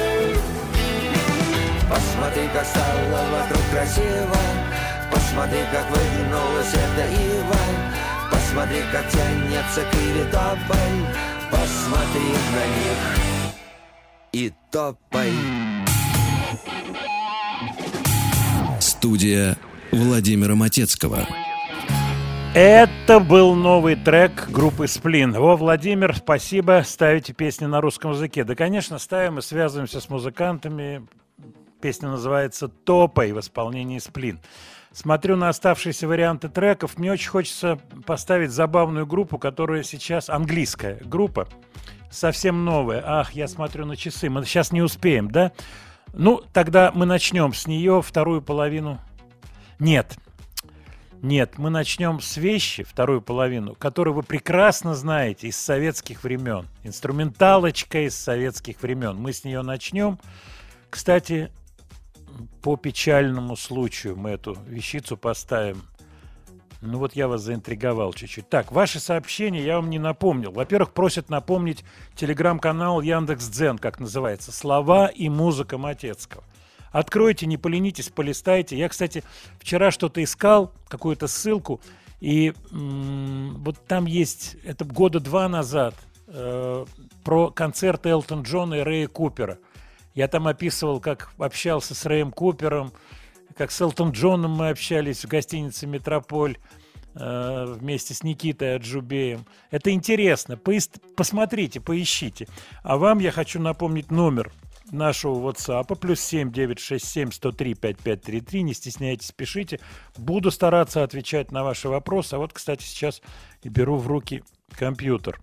Посмотри, как стало вокруг красиво, посмотри, как выгнулась эта ива, посмотри, как тянется к иве тополь, посмотри на них и топай. Студия Владимира Матецкого. Это был новый трек группы «Сплин». О, Владимир, спасибо. Ставите песни на русском языке. Да, конечно, ставим и связываемся с музыкантами. Песня называется «Топай» в исполнении «Сплин». Смотрю на оставшиеся варианты треков. Мне очень хочется поставить забавную группу, которая сейчас английская группа, совсем новая. Ах, я смотрю на часы. Мы сейчас не успеем, да? Ну, тогда мы начнем с нее вторую половину. Нет, мы начнем с вещи, вторую половину, которую вы прекрасно знаете из советских времен. Инструменталочка из советских времен. Мы с нее начнем. Кстати, по печальному случаю мы эту вещицу поставим. Ну вот я вас заинтриговал чуть-чуть. Так, ваши сообщения я вам не напомнил. Во-первых, просят напомнить телеграм-канал Яндекс.Дзен, как называется, «Слова и музыка Матецкого». Откройте, не поленитесь, полистайте. Я, кстати, вчера что-то искал, какую-то ссылку, и вот там есть, это года 2 назад, про концерты Элтона Джона и Рэя Купера. Я там описывал, как общался с Рэем Купером, как с Элтоном Джоном мы общались в гостинице «Метрополь». вместе с Никитой Аджубеем. Это интересно. Посмотрите, поищите. А вам я хочу напомнить номер нашего WhatsApp +7 967 103 5533. Не стесняйтесь, пишите. Буду стараться отвечать на ваши вопросы. А вот, кстати, сейчас и беру в руки компьютер.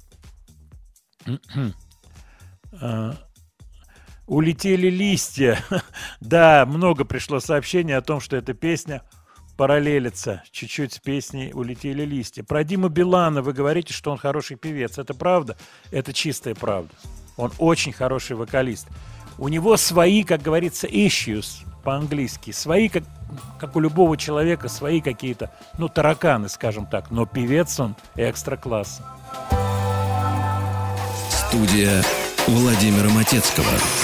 Улетели листья. Да, много пришло сообщений о том, что эта песня параллелится чуть-чуть с песней «Улетели листья». Про Диму Билана вы говорите, что он хороший певец. Это правда? Это чистая правда. Он очень хороший вокалист. У него свои, как говорится, issues по-английски. Свои, как у любого человека, свои какие-то, тараканы, скажем так. Но певец он экстра-класс. Студия Владимира Матецкого.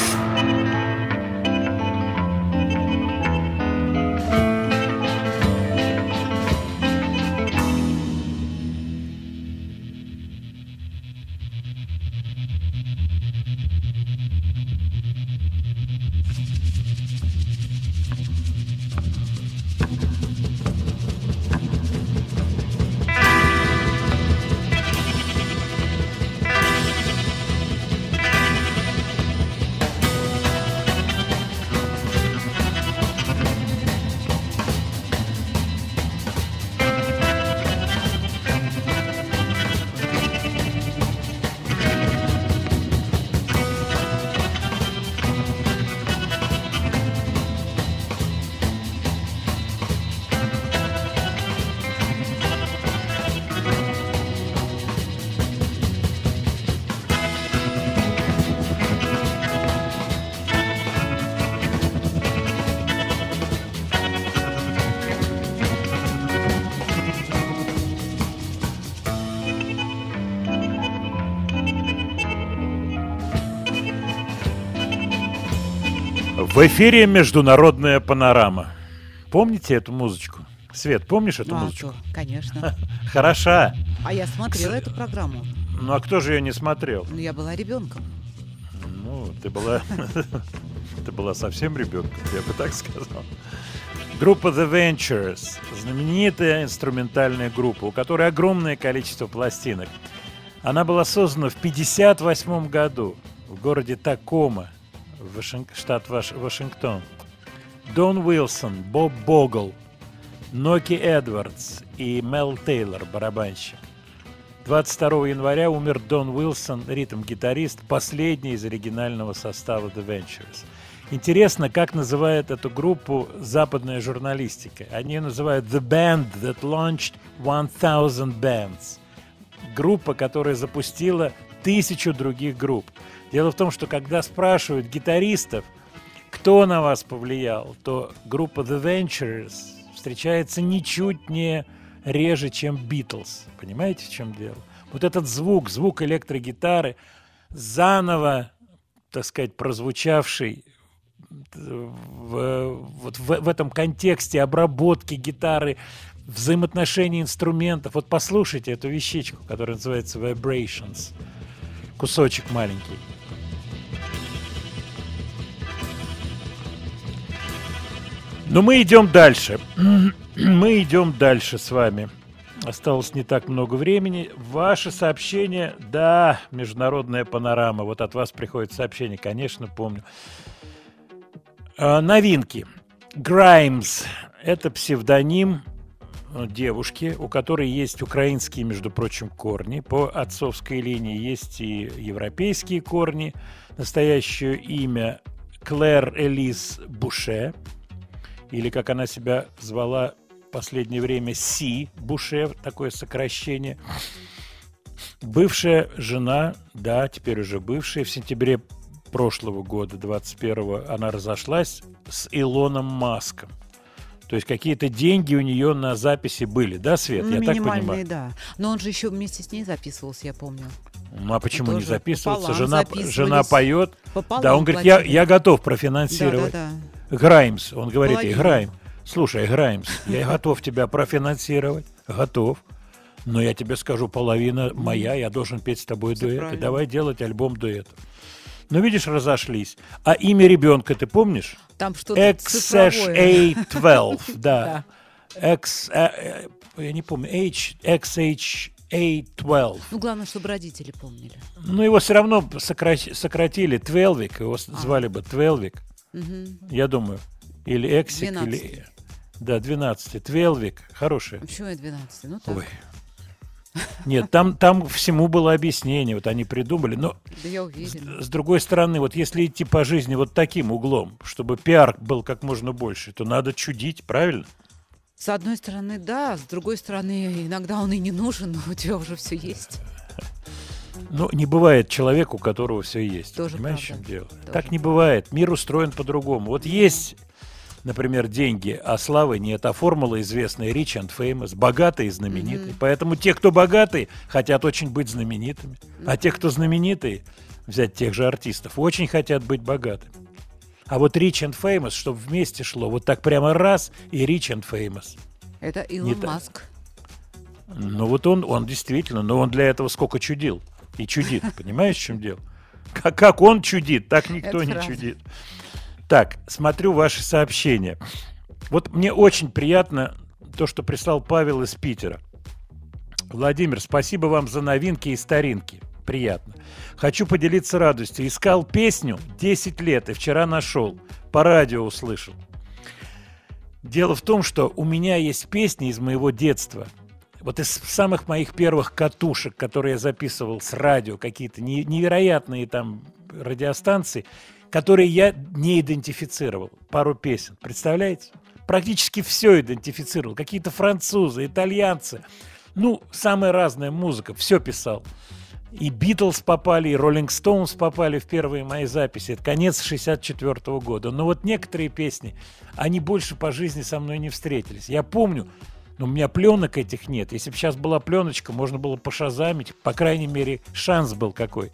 В эфире «Международная панорама». Помните эту музычку? Свет, помнишь эту музычку? Конечно. Хороша. А я смотрела эту программу. Ну, а кто же ее не смотрел? Ну, я была ребенком. Ну, ты была совсем ребенком, я бы так сказал. Группа The Ventures, знаменитая инструментальная группа, у которой огромное количество пластинок. Она была создана в 1958 году в городе Такома, штат Вашингтон. Дон Уилсон, Боб Богл, Ноки Эдвардс и Мел Тейлор, барабанщик. 22 января умер Дон Уилсон, ритм-гитарист, последний из оригинального состава The Ventures. Интересно, как называет эту группу западная журналистика. Они ее называют The Band That Launched 1000 Bands. Группа, которая запустила 1000 других групп. Дело в том, что когда спрашивают гитаристов, кто на вас повлиял, то группа The Ventures встречается ничуть не реже, чем Beatles. Понимаете, в чем дело? Вот этот звук электрогитары, заново, так сказать, прозвучавший в этом контексте обработки гитары, взаимоотношений инструментов. Вот послушайте эту вещичку, которая называется Vibrations. Кусочек маленький. Но мы идем дальше. Мы идем дальше с вами. Осталось не так много времени. Ваши сообщения, да, международная панорама. Вот от вас приходит сообщение, конечно, помню. Новинки. Grimes – это псевдоним девушки, у которой есть украинские, между прочим, корни. По отцовской линии есть и европейские корни. Настоящее имя Клэр Элис Буше. Или, как она себя звала в последнее время, Си Буше, такое сокращение. Бывшая жена, да, теперь уже бывшая, в сентябре прошлого года, 21-го, она разошлась с Илоном Маском. То есть какие-то деньги у нее на записи были, да, Свет? Я так понимаю. Минимальные, да. Но он же еще вместе с ней записывался, я помню. Ну, а почему не записываться? Жена поет. Пополам да, он говорит, я готов профинансировать. Да. Граймс, он говорит, Половину. Граймс, слушай, Граймс, я готов тебя профинансировать, готов, но я тебе скажу, половина моя, я должен петь с тобой дуэт, и давай делать альбом дуэтов. Ну, видишь, разошлись. А имя ребенка ты помнишь? Там что-то XA12, да. я не помню, XHA12. Ну, главное, чтобы родители помнили. Ну, его все равно сократили. Твелвик, его звали бы Твелвик. Я думаю. Или Эксик, 12. или... Да, 12. Твелвик. Хороший. Почему я 12? Ну, так. Ой. Нет, там всему было объяснение. Вот они придумали. Но да я уверена. С другой стороны, вот если идти по жизни вот таким углом, чтобы пиар был как можно больше, то надо чудить, правильно? С одной стороны, да. С другой стороны, иногда он и не нужен, но у тебя уже все есть. Ну, не бывает человека, у которого все есть. Тоже понимаешь, в правда. чем дело? Тоже Так не бывает. Мир устроен по-другому. Вот есть, например, деньги, а славы нет. А формула известная: rich and famous, богатые и знаменитые. Поэтому те, кто богатые, хотят очень быть знаменитыми. А те, кто знаменитые, взять тех же артистов, очень хотят быть богатыми. А вот rich and famous, чтобы вместе шло, вот так прямо раз и rich and famous. Это Илон Маск. Ну вот он действительно, но он для этого сколько чудил. И чудит, понимаешь, в чем дело? Как он чудит, так никто Это не правда. чудит. Так, смотрю ваши сообщения. Вот мне очень приятно то, что прислал Павел из Питера. Владимир, спасибо вам за новинки и старинки. Приятно. Хочу поделиться радостью. Искал песню 10 лет и вчера нашел. По радио услышал. Дело в том, что у меня есть песни из моего детства. Вот из самых моих первых катушек, которые я записывал с радио, какие-то невероятные там радиостанции, которые я не идентифицировал. Пару песен. Представляете? Практически все идентифицировал. Какие-то французы, итальянцы. Ну, самая разная музыка. Все писал. И Битлз попали, и Роллинг Стоунс попали в первые мои записи. Это конец 1964 года. Но вот некоторые песни, они больше по жизни со мной не встретились. Я помню, но у меня пленок этих нет. Если бы сейчас была пленочка, можно было пошазамить. По крайней мере, шанс был какой.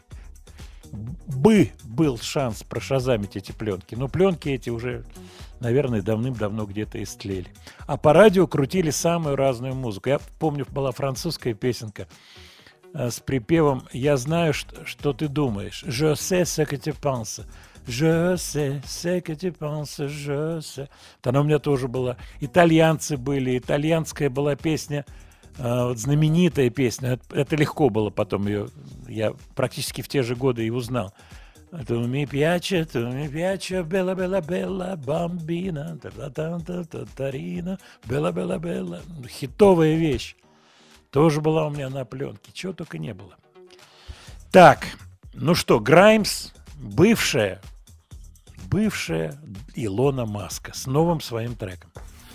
Был шанс прошазамить эти пленки. Но пленки эти уже, наверное, давным-давно где-то истлели. А по радио крутили самую разную музыку. Я помню, была французская песенка с припевом «Я знаю, что ты думаешь». «Je sais ce que tu penses». «Je sais ce que tu penses». «Je sais». Она у меня тоже была. Итальянцы были. Итальянская была песня, знаменитая песня. Это легко было потом ее. Я практически в те же годы и узнал. «Tu mi piace, bella, bella, bella, bambina, ta-ta-ta-ta-ta-ta-рина, bella, bella, bella». Хитовая вещь. Тоже была у меня на пленке. Чего только не было. Так, ну что, Граймс, бывшая Илона Маска с новым своим треком.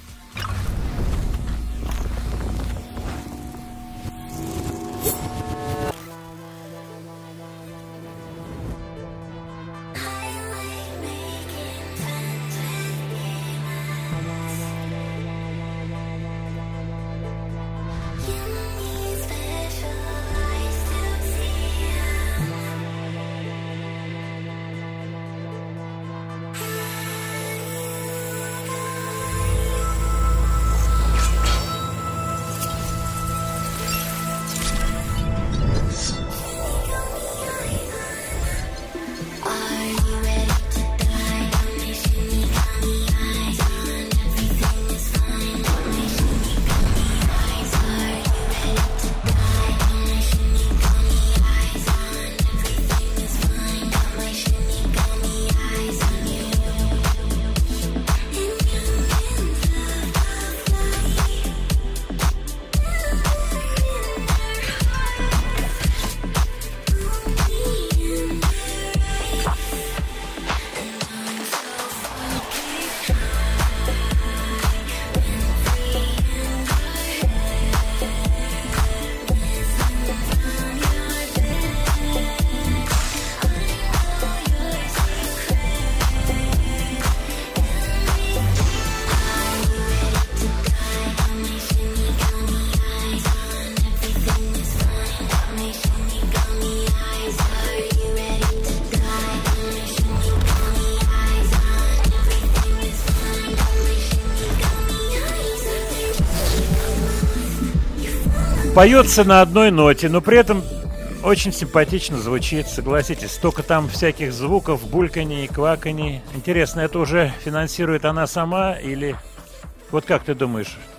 Поется на одной ноте, но при этом очень симпатично звучит, согласитесь. Столько там всяких звуков, бульканий, кваканий. Интересно, это уже финансирует она сама или... Вот как ты думаешь,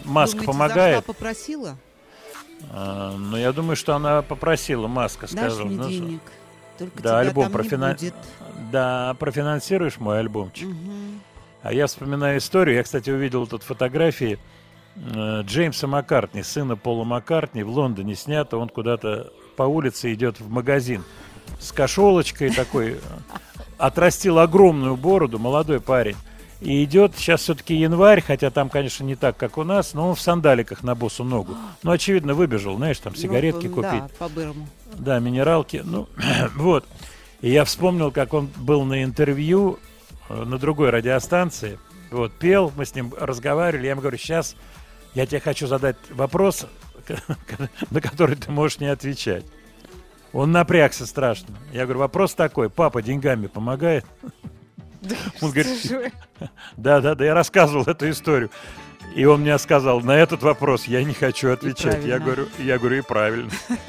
Маска Думаете, помогает? зашла, попросила? Ну, я думаю, что она попросила, Маска, Дашь сказала. мне Ну, денег? Только да, тебя альбом там не будет. Да, профинансируешь мой альбомчик. Угу. А я вспоминаю историю. Я, кстати, увидел тут фотографии Джеймса Маккартни, сына Пола Маккартни, в Лондоне снято. Он куда-то по улице идет в магазин с кошелочкой такой. Отрастил огромную бороду, молодой парень. И идет, сейчас все-таки январь, хотя там, конечно, не так, как у нас, но он в сандаликах на босу ногу. Ну, очевидно, выбежал, знаешь, там сигаретки купить. Да, по-бырому. Да, минералки. Ну, вот. И я вспомнил, как он был на интервью на другой радиостанции. Вот, пел, мы с ним разговаривали. Я ему говорю, сейчас я тебе хочу задать вопрос, на который ты можешь не отвечать. Он напрягся страшно. Я говорю, вопрос такой, папа деньгами помогает? Он говорит, да, я рассказывал эту историю. И он мне сказал, на этот вопрос я не хочу отвечать. Я говорю, и правильно.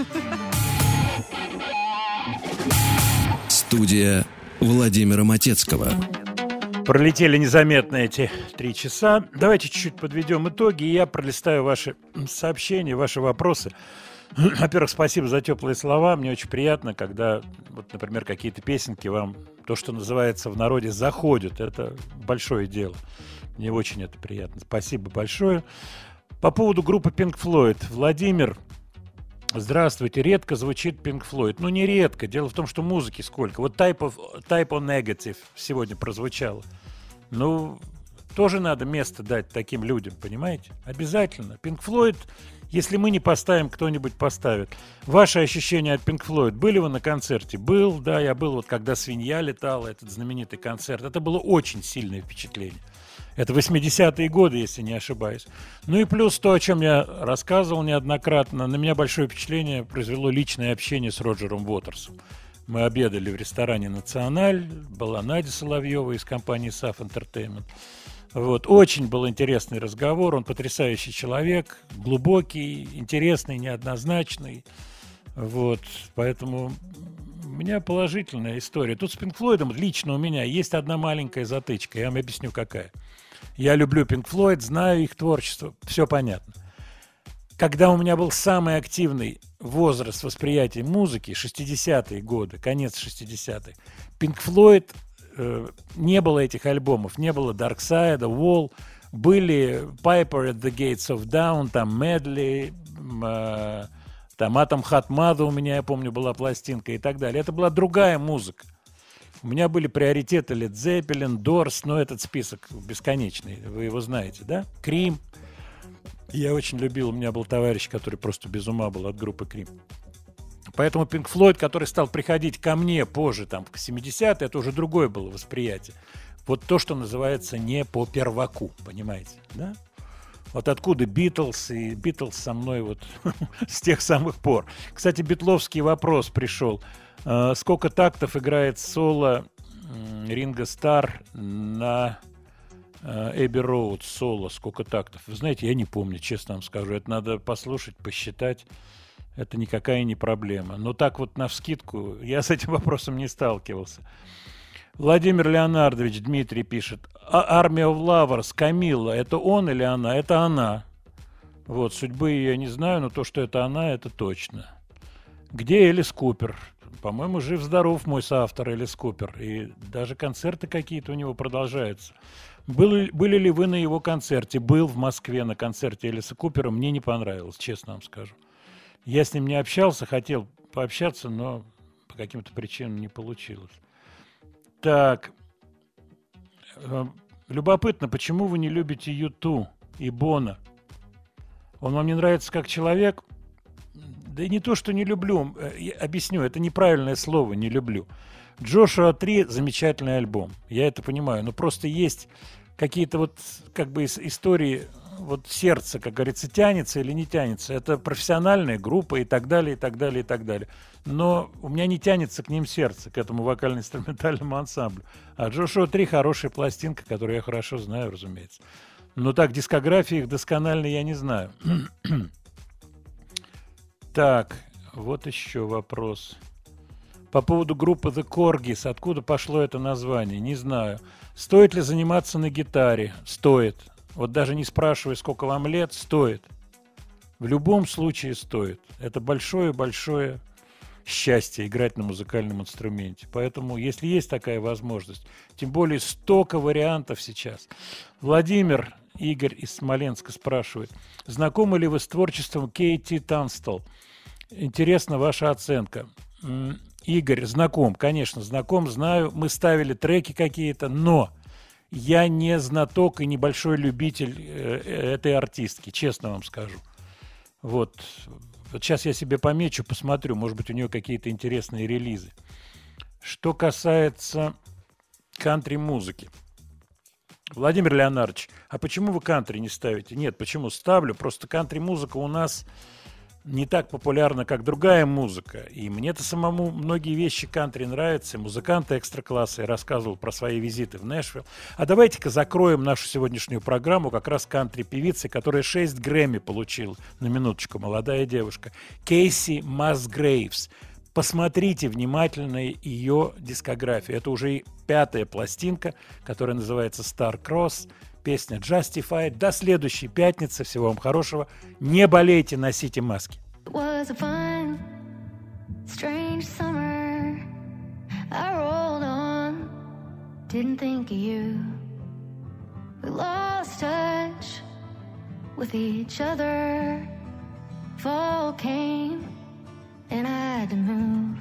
Студия Владимира Матецкого. Пролетели незаметно эти 3 часа. Давайте чуть-чуть подведем итоги. И я пролистаю ваши сообщения, ваши вопросы. Во-первых, спасибо за теплые слова. Мне очень приятно, когда, вот, например, какие-то песенки вам, то, что называется в народе, заходят. Это большое дело. Мне очень это приятно. Спасибо большое. По поводу группы Pink Floyd. Владимир, здравствуйте. Редко звучит Pink Floyd. Ну, не редко. Дело в том, что музыки сколько. Вот Type of Negative сегодня прозвучало. Ну, тоже надо место дать таким людям, понимаете? Обязательно. Pink Floyd, если мы не поставим, кто-нибудь поставит. Ваши ощущения от Pink Floyd? Были вы на концерте? Был, да, я был, вот когда «Свинья» летала, этот знаменитый концерт. Это было очень сильное впечатление. Это 80-е годы, если не ошибаюсь. Ну и плюс то, о чем я рассказывал неоднократно, на меня большое впечатление произвело личное общение с Роджером Уотерсом. Мы обедали в ресторане «Националь», была Надя Соловьева из компании SAF Entertainment. Вот. Очень был интересный разговор, он потрясающий человек, глубокий, интересный, неоднозначный. Вот. Поэтому у меня положительная история. Тут с Pink Floyd лично у меня есть одна маленькая затычка, я вам объясню какая. Я люблю Pink Floyd, знаю их творчество, все понятно. Когда у меня был самый активный возраст восприятия музыки, 60-е годы, конец 60-х, Pink Floyd, не было этих альбомов, не было Dark Side, Wall, были Piper at the Gates of Dawn, там Medley, там Atom Heart Mother у меня, я помню, была пластинка и так далее. Это была другая музыка. У меня были приоритеты Led Zeppelin, Doors, но этот список бесконечный, вы его знаете, да? Cream. Я очень любил, у меня был товарищ, который просто без ума был от группы Cream. Поэтому Pink Floyd, который стал приходить ко мне позже, там, к 70-е, это уже другое было восприятие. Вот то, что называется не по перваку, понимаете, да? Вот откуда Битлз, и Битлз со мной вот с тех самых пор. Кстати, битловский вопрос пришел. Сколько тактов играет соло Ринго Стар на Эбби Роуд? Соло, сколько тактов? Вы знаете, я не помню, честно вам скажу. Это надо послушать, посчитать. Это никакая не проблема. Но так вот навскидку я с этим вопросом не сталкивался. Владимир Леонардович, Дмитрий пишет. Army of Lovers, Камилла, это он или она? Это она. Вот, судьбы ее я не знаю, но то, что это она, это точно. Где Элис Купер? По-моему, жив-здоров мой соавтор Элис Купер. И даже концерты какие-то у него продолжаются. Были ли вы на его концерте? Был в Москве на концерте Элиса Купера. Мне не понравилось, честно вам скажу. Я с ним не общался, хотел пообщаться, но по каким-то причинам не получилось. Так, любопытно, почему вы не любите U2 и Бона? Он вам не нравится как человек? Да и не то, что не люблю, я объясню, это неправильное слово, не люблю. Joshua 3 замечательный альбом, я это понимаю, но просто есть какие-то вот как бы истории, вот сердце, как говорится, тянется или не тянется. Это профессиональная группа и так далее, и так далее, и так далее. Но у меня не тянется к ним сердце, к этому вокально-инструментальному ансамблю. А Joshua 3 хорошая пластинка, которую я хорошо знаю, разумеется. Но так, дискографии их досконально я не знаю. Так, вот еще вопрос. По поводу группы The Corgis, откуда пошло это название, не знаю. Стоит ли заниматься на гитаре? Стоит. вот даже не спрашивая, сколько вам лет, стоит. В любом случае стоит. Это большое-большое счастье играть на музыкальном инструменте. Поэтому, если есть такая возможность, тем более столько вариантов сейчас. Владимир, Игорь из Смоленска спрашивает, знакомы ли вы с творчеством Кейти Танстел? Интересна ваша оценка. Игорь, знаком, конечно, знаком, знаю. Мы ставили треки какие-то, но я не знаток и небольшой любитель этой артистки, честно вам скажу. Вот сейчас я себе помечу, посмотрю, может быть, у нее какие-то интересные релизы. Что касается кантри-музыки. Владимир Леонардович, а почему вы кантри не ставите? Нет, почему ставлю? Просто кантри-музыка у нас не так популярна, как другая музыка. И мне-то самому многие вещи кантри нравятся. Музыканты экстра-класса, я рассказывал про свои визиты в Нэшвилл. А давайте-ка закроем нашу сегодняшнюю программу как раз кантри-певицей, которая 6 Грэмми получила. На минуточку, молодая девушка. Кейси Масгрейвс. Посмотрите внимательно ее дискографию. Это уже 5-я пластинка, которая называется Star Cross. Песня Justified. До следующей пятницы. Всего вам хорошего. Не болейте, носите маски. Was a fun, strange summer. I rolled on, didn't think of you. We lost touch with each other. Fall came and I had to move.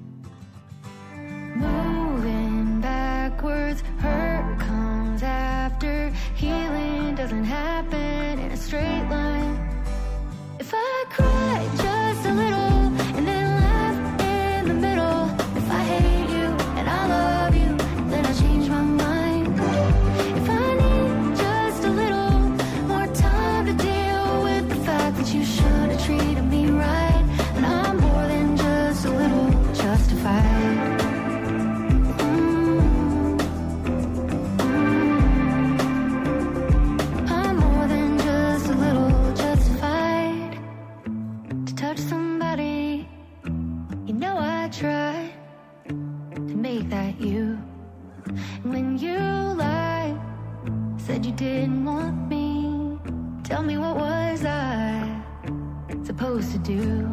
Moving backwards, hurt comes after. Healing doesn't happen in a straight line. If I cry just a little and then laugh in the middle, if I hate you and I love you, then I change my mind. If I need just a little more time to deal with the fact that you should have treated me right, then I'm more than just a little justified. Somebody, you know I tried to make that you. And when you lied, said you didn't want me, tell me what was I supposed to do?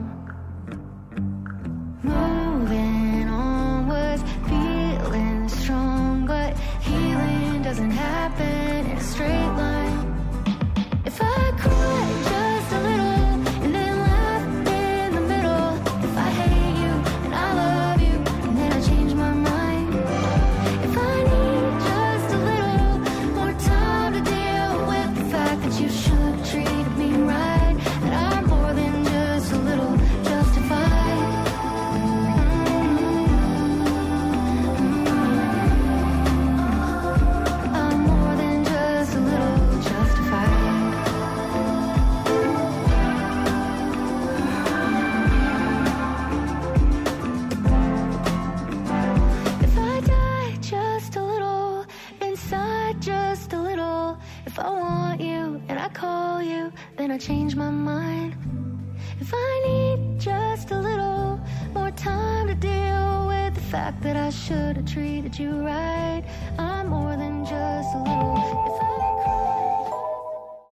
Moving on was feeling strong, but healing doesn't happen in a straight line. If I cried just a little and then laughed in the middle, if I hate you and I love you, and then I change my mind. If I need just a little more time to deal with the fact that you should have treated me right, that I'm more than just a little justified. I'm more than just a little justified. If I die just a little, inside just a little, if I want you and I call you, then I change my mind. If I need just a little more time to deal with the fact that I should have treated you right, I'm more than just a little. If